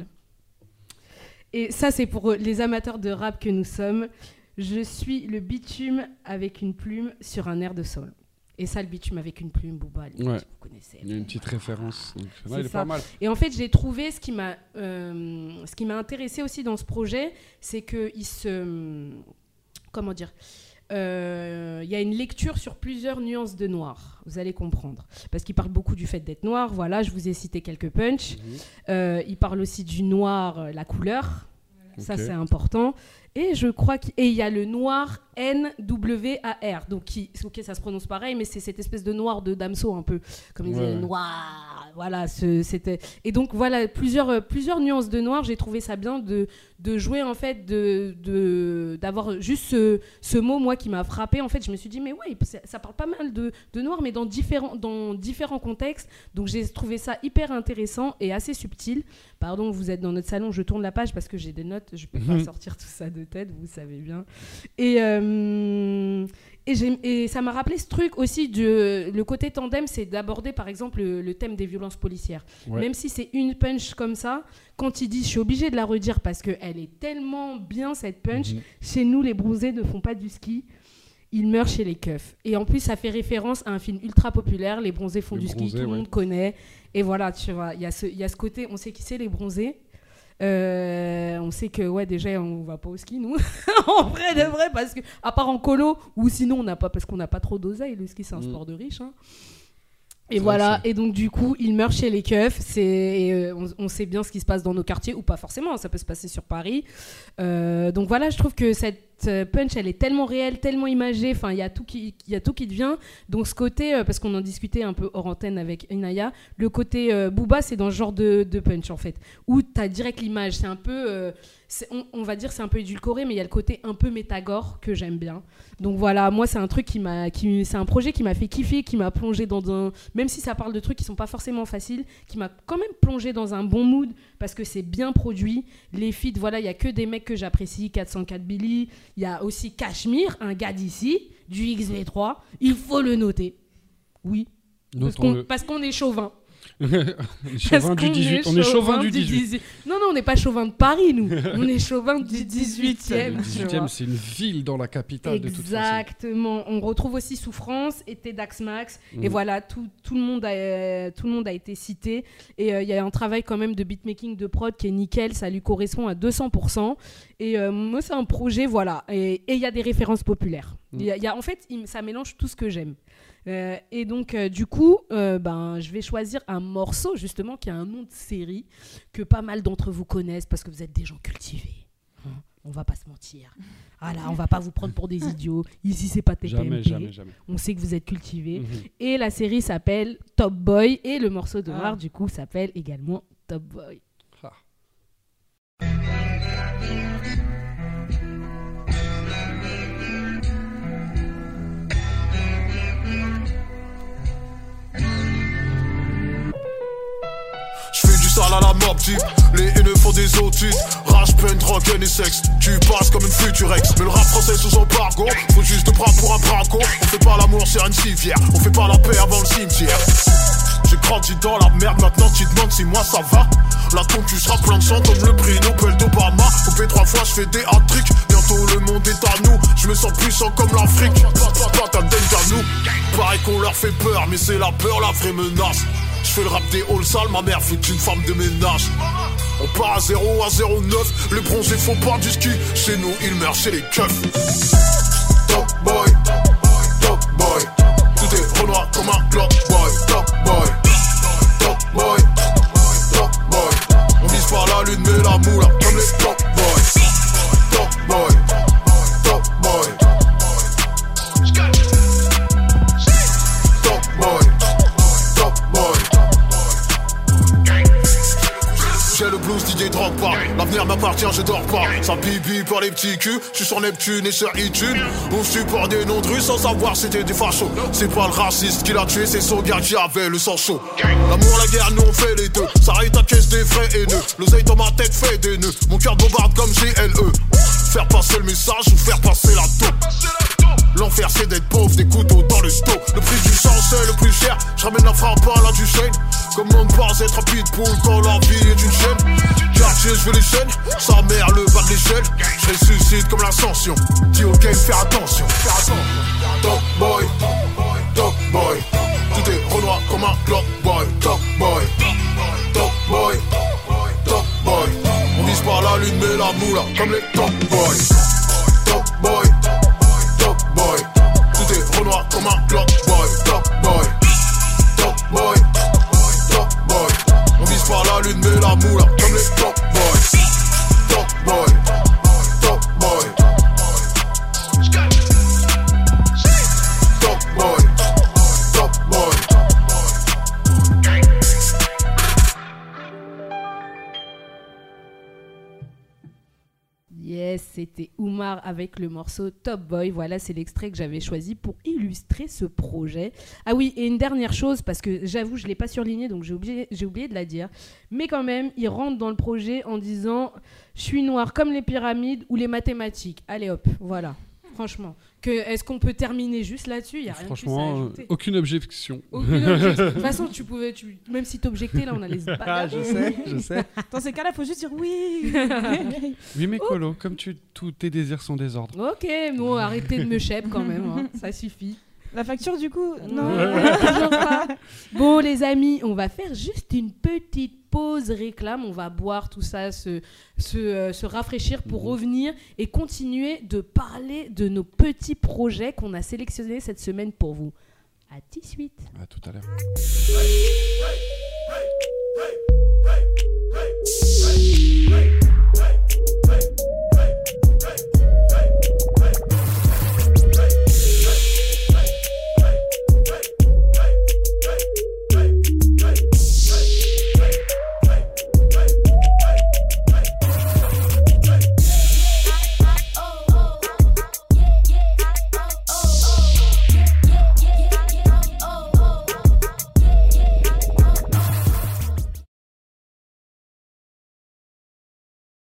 [SPEAKER 1] Et ça, c'est pour les amateurs de rap que nous sommes. Je suis le bitume avec une plume sur un air de sol. Et ça, le bitume avec une plume, Booba, ouais. Vous connaissez.
[SPEAKER 3] Il y a une petite référence. Donc, là,
[SPEAKER 1] c'est
[SPEAKER 3] il est
[SPEAKER 1] ça.
[SPEAKER 3] pas mal.
[SPEAKER 1] Et en fait, j'ai trouvé ce qui m'a, euh, ce qui m'a intéressé aussi dans ce projet, c'est qu'il se... Comment dire ? Il euh, y a une lecture sur plusieurs nuances de noir, vous allez comprendre. Parce qu'il parle beaucoup du fait d'être noir, voilà, je vous ai cité quelques punchs. Mmh. Euh, il parle aussi du noir, euh, la couleur, okay. Ça c'est important. Et je crois qu'il y a le noir N W A R, donc qui, ok, ça se prononce pareil, mais c'est cette espèce de noir de Damso un peu, comme il disait, ouais. Noir, voilà, ce, c'était... Et donc voilà, plusieurs, euh, plusieurs nuances de noir, j'ai trouvé ça bien de, de jouer en fait, de, de, d'avoir juste ce, ce mot, moi, qui m'a frappé, en fait, je me suis dit, mais ouais, ça parle pas mal de, de noir, mais dans différents, dans différents contextes, donc j'ai trouvé ça hyper intéressant et assez subtil. Pardon, vous êtes dans notre salon, je tourne la page parce que j'ai des notes, je peux pas sortir tout ça de tête, vous savez bien. Et, euh, et, j'ai, et ça m'a rappelé ce truc aussi, de, le côté tandem, c'est d'aborder par exemple le, le thème des violences policières. Ouais. Même si c'est une punch comme ça, quand il dit, je suis obligée de la redire parce qu'elle est tellement bien cette punch, mm-hmm. Chez nous les bronzés ne font pas du ski, ils meurent chez les keufs. Et en plus ça fait référence à un film ultra populaire, les bronzés font les du bronzés, ski, tout le ouais. monde connaît. Et voilà, tu vois, il y a ce, il y a ce côté, on sait qui c'est les bronzés. Euh, on sait que ouais déjà on va pas au ski nous en vrai de vrai parce que à part en colo ou sinon on n'a pas parce qu'on n'a pas trop d'oseille, le ski c'est un mmh. sport de riche hein. Et c'est voilà, et donc du coup, il meurt chez les keufs. C'est, et, euh, on, on sait bien ce qui se passe dans nos quartiers, ou pas forcément, ça peut se passer sur Paris. Euh, donc voilà, je trouve que cette punch, elle est tellement réelle, tellement imagée, enfin, il y a tout qui, il y a tout qui devient. Donc ce côté, euh, parce qu'on en discutait un peu hors antenne avec Inaya, le côté euh, Booba, c'est dans ce genre de, de punch, en fait, où t'as direct l'image. C'est un peu... Euh, c'est, on, on va dire c'est un peu édulcoré, mais il y a le côté un peu métagore que j'aime bien. Donc voilà, moi c'est un truc qui m'a, qui, c'est un projet qui m'a fait kiffer, qui m'a plongé dans un, même si ça parle de trucs qui sont pas forcément faciles, qui m'a quand même plongé dans un bon mood parce que c'est bien produit. Les feats, voilà, il y a que des mecs que j'apprécie, quatre cent quatre Billy, il y a aussi Cachemire, un gars d'ici, du X V trois, il faut le noter. Oui, parce qu'on, parce qu'on est chauvin.
[SPEAKER 3] chauvin du dix-huit. On est chauvin du dix-huit.
[SPEAKER 1] Non, non, on n'est pas chauvin de Paris, nous. On est chauvin du dix-huitième.
[SPEAKER 3] Le dix-huitième, c'est une ville dans la capitale de toute façon.
[SPEAKER 1] Exactement. On retrouve aussi Souffrance et Tedax Max. Mmh. Et voilà, tout, tout, le monde a, euh, tout le monde a été cité. Et il euh, y a un travail quand même de beatmaking, de prod qui est nickel. Ça lui correspond à deux cents pour cent. Et euh, moi, c'est un projet, voilà. Et il y a des références populaires. Mmh. Y a, y a, en fait, il, ça mélange tout ce que j'aime. Euh, et donc, euh, du coup, euh, ben, je vais choisir un morceau, justement, qui a un nom de série que pas mal d'entre vous connaissent parce que vous êtes des gens cultivés. Hein, on va pas se mentir. Ah là, on va pas vous prendre pour des idiots. Ici, c'est pas T P M P.
[SPEAKER 3] Jamais, jamais, jamais.
[SPEAKER 1] On sait que vous êtes cultivés. Mm-hmm. Et la série s'appelle Top Boy. Et le morceau de Noir, ah. du coup, s'appelle également Top Boy. Ah.
[SPEAKER 15] Sale à la mob type, les haineux font des autistes. Rage, peine, drogue, et sexe. Tu passes comme une futurex. Mais le rap français sous embargo, faut juste de bras pour un braco. On fait pas l'amour sur une civière, on fait pas la paix avant le cimetière. J'ai grandi dans la merde, maintenant tu demandes si moi ça va. La tombe tu seras plein de sang comme le prix Nobel d'Obama. Coupé trois fois, je fais des hat-tricks. Bientôt le monde est à nous, je me sens puissant comme l'Afrique. Pas ta dingue à nous. Pareil qu'on leur fait peur, mais c'est la peur la vraie menace. Je fais le rap des halls sales, ma mère fout une femme de ménage. On part à zéro à zéro neuf. Les bronzés font pas du ski. Chez nous, ils meurent chez les keufs. Top boy, top boy. Tout est renoir comme un clock boy. Top boy, top boy, top boy. On vise pas la lune mais la moula comme les top boys. Top boy, top boy. Top boy. J'ai le blues, D J drogue pas. L'avenir m'appartient, je dors pas. Ça bibi par les petits culs. Je suis sur Neptune et sur iTunes. On supporte des noms de rue sans savoir c'était des fachos. C'est pas le raciste qui l'a tué, c'est son gars qui avait le sang chaud. L'amour, la guerre, nous on fait les deux. Ça raille ta caisse des vrais haineux. L'oseille dans ma tête fait des nœuds. Mon cœur bombarde comme G L E. Faire passer le message ou faire passer la taupe. L'enfer c'est d'être pauvre, des couteaux dans le sto. Le prix du sang c'est le plus cher. Je ramène la frappe à la Duchesne. Comment ne pas être rapide pour quand la vie est une chaîne. Quartier je veux les chaînes, sa mère le bas de l'échelle. Je ressuscite comme l'ascension. Dis au game faire attention. Top boy, top boy. Tout est renoir comme un clock boy. Top boy, top boy, top boy. On vise pas la lune mais la moula comme les top boys. Top boy, top boy. Tout est renoir comme un clock boy. Top boy, top boy, top boy. On vise pas la lune mais la moula comme les top boys. Top boy, top boy. Top boy, top boy.
[SPEAKER 1] Yes, c'était Oumar avec le morceau Top Boy. Voilà, c'est l'extrait que j'avais choisi pour illustrer ce projet. Ah oui, et une dernière chose, parce que j'avoue, je ne l'ai pas surligné, donc j'ai oublié, j'ai oublié de la dire. Mais quand même, il rentre dans le projet en disant « Je suis noir comme les pyramides ou les mathématiques ». Allez hop, voilà. Franchement, que, est-ce qu'on peut terminer juste là-dessus? Il n'y a rien de plus à ajouter.
[SPEAKER 3] Euh, aucune objection.
[SPEAKER 1] Aucune objection. De toute façon, tu pouvais, tu, même si t'objectais, là, on allait se battre.
[SPEAKER 3] Ah, je sais, je sais.
[SPEAKER 2] Dans ces cas-là, il faut juste dire oui.
[SPEAKER 3] Oui, mais Colo, comme tu, tous tes désirs sont désordres.
[SPEAKER 1] Ok, bon, arrêtez de me chèpe quand même, hein. Ça suffit.
[SPEAKER 2] La facture, du coup, non.
[SPEAKER 1] Toujours pas. Bon, les amis, on va faire juste une petite pause réclame. On va boire tout ça, se, se, euh, se rafraîchir pour mmh. revenir et continuer de parler de nos petits projets qu'on a sélectionnés cette semaine pour vous. À tout de suite.
[SPEAKER 3] À tout à l'heure.
[SPEAKER 15] Hey, hey, hey, hey.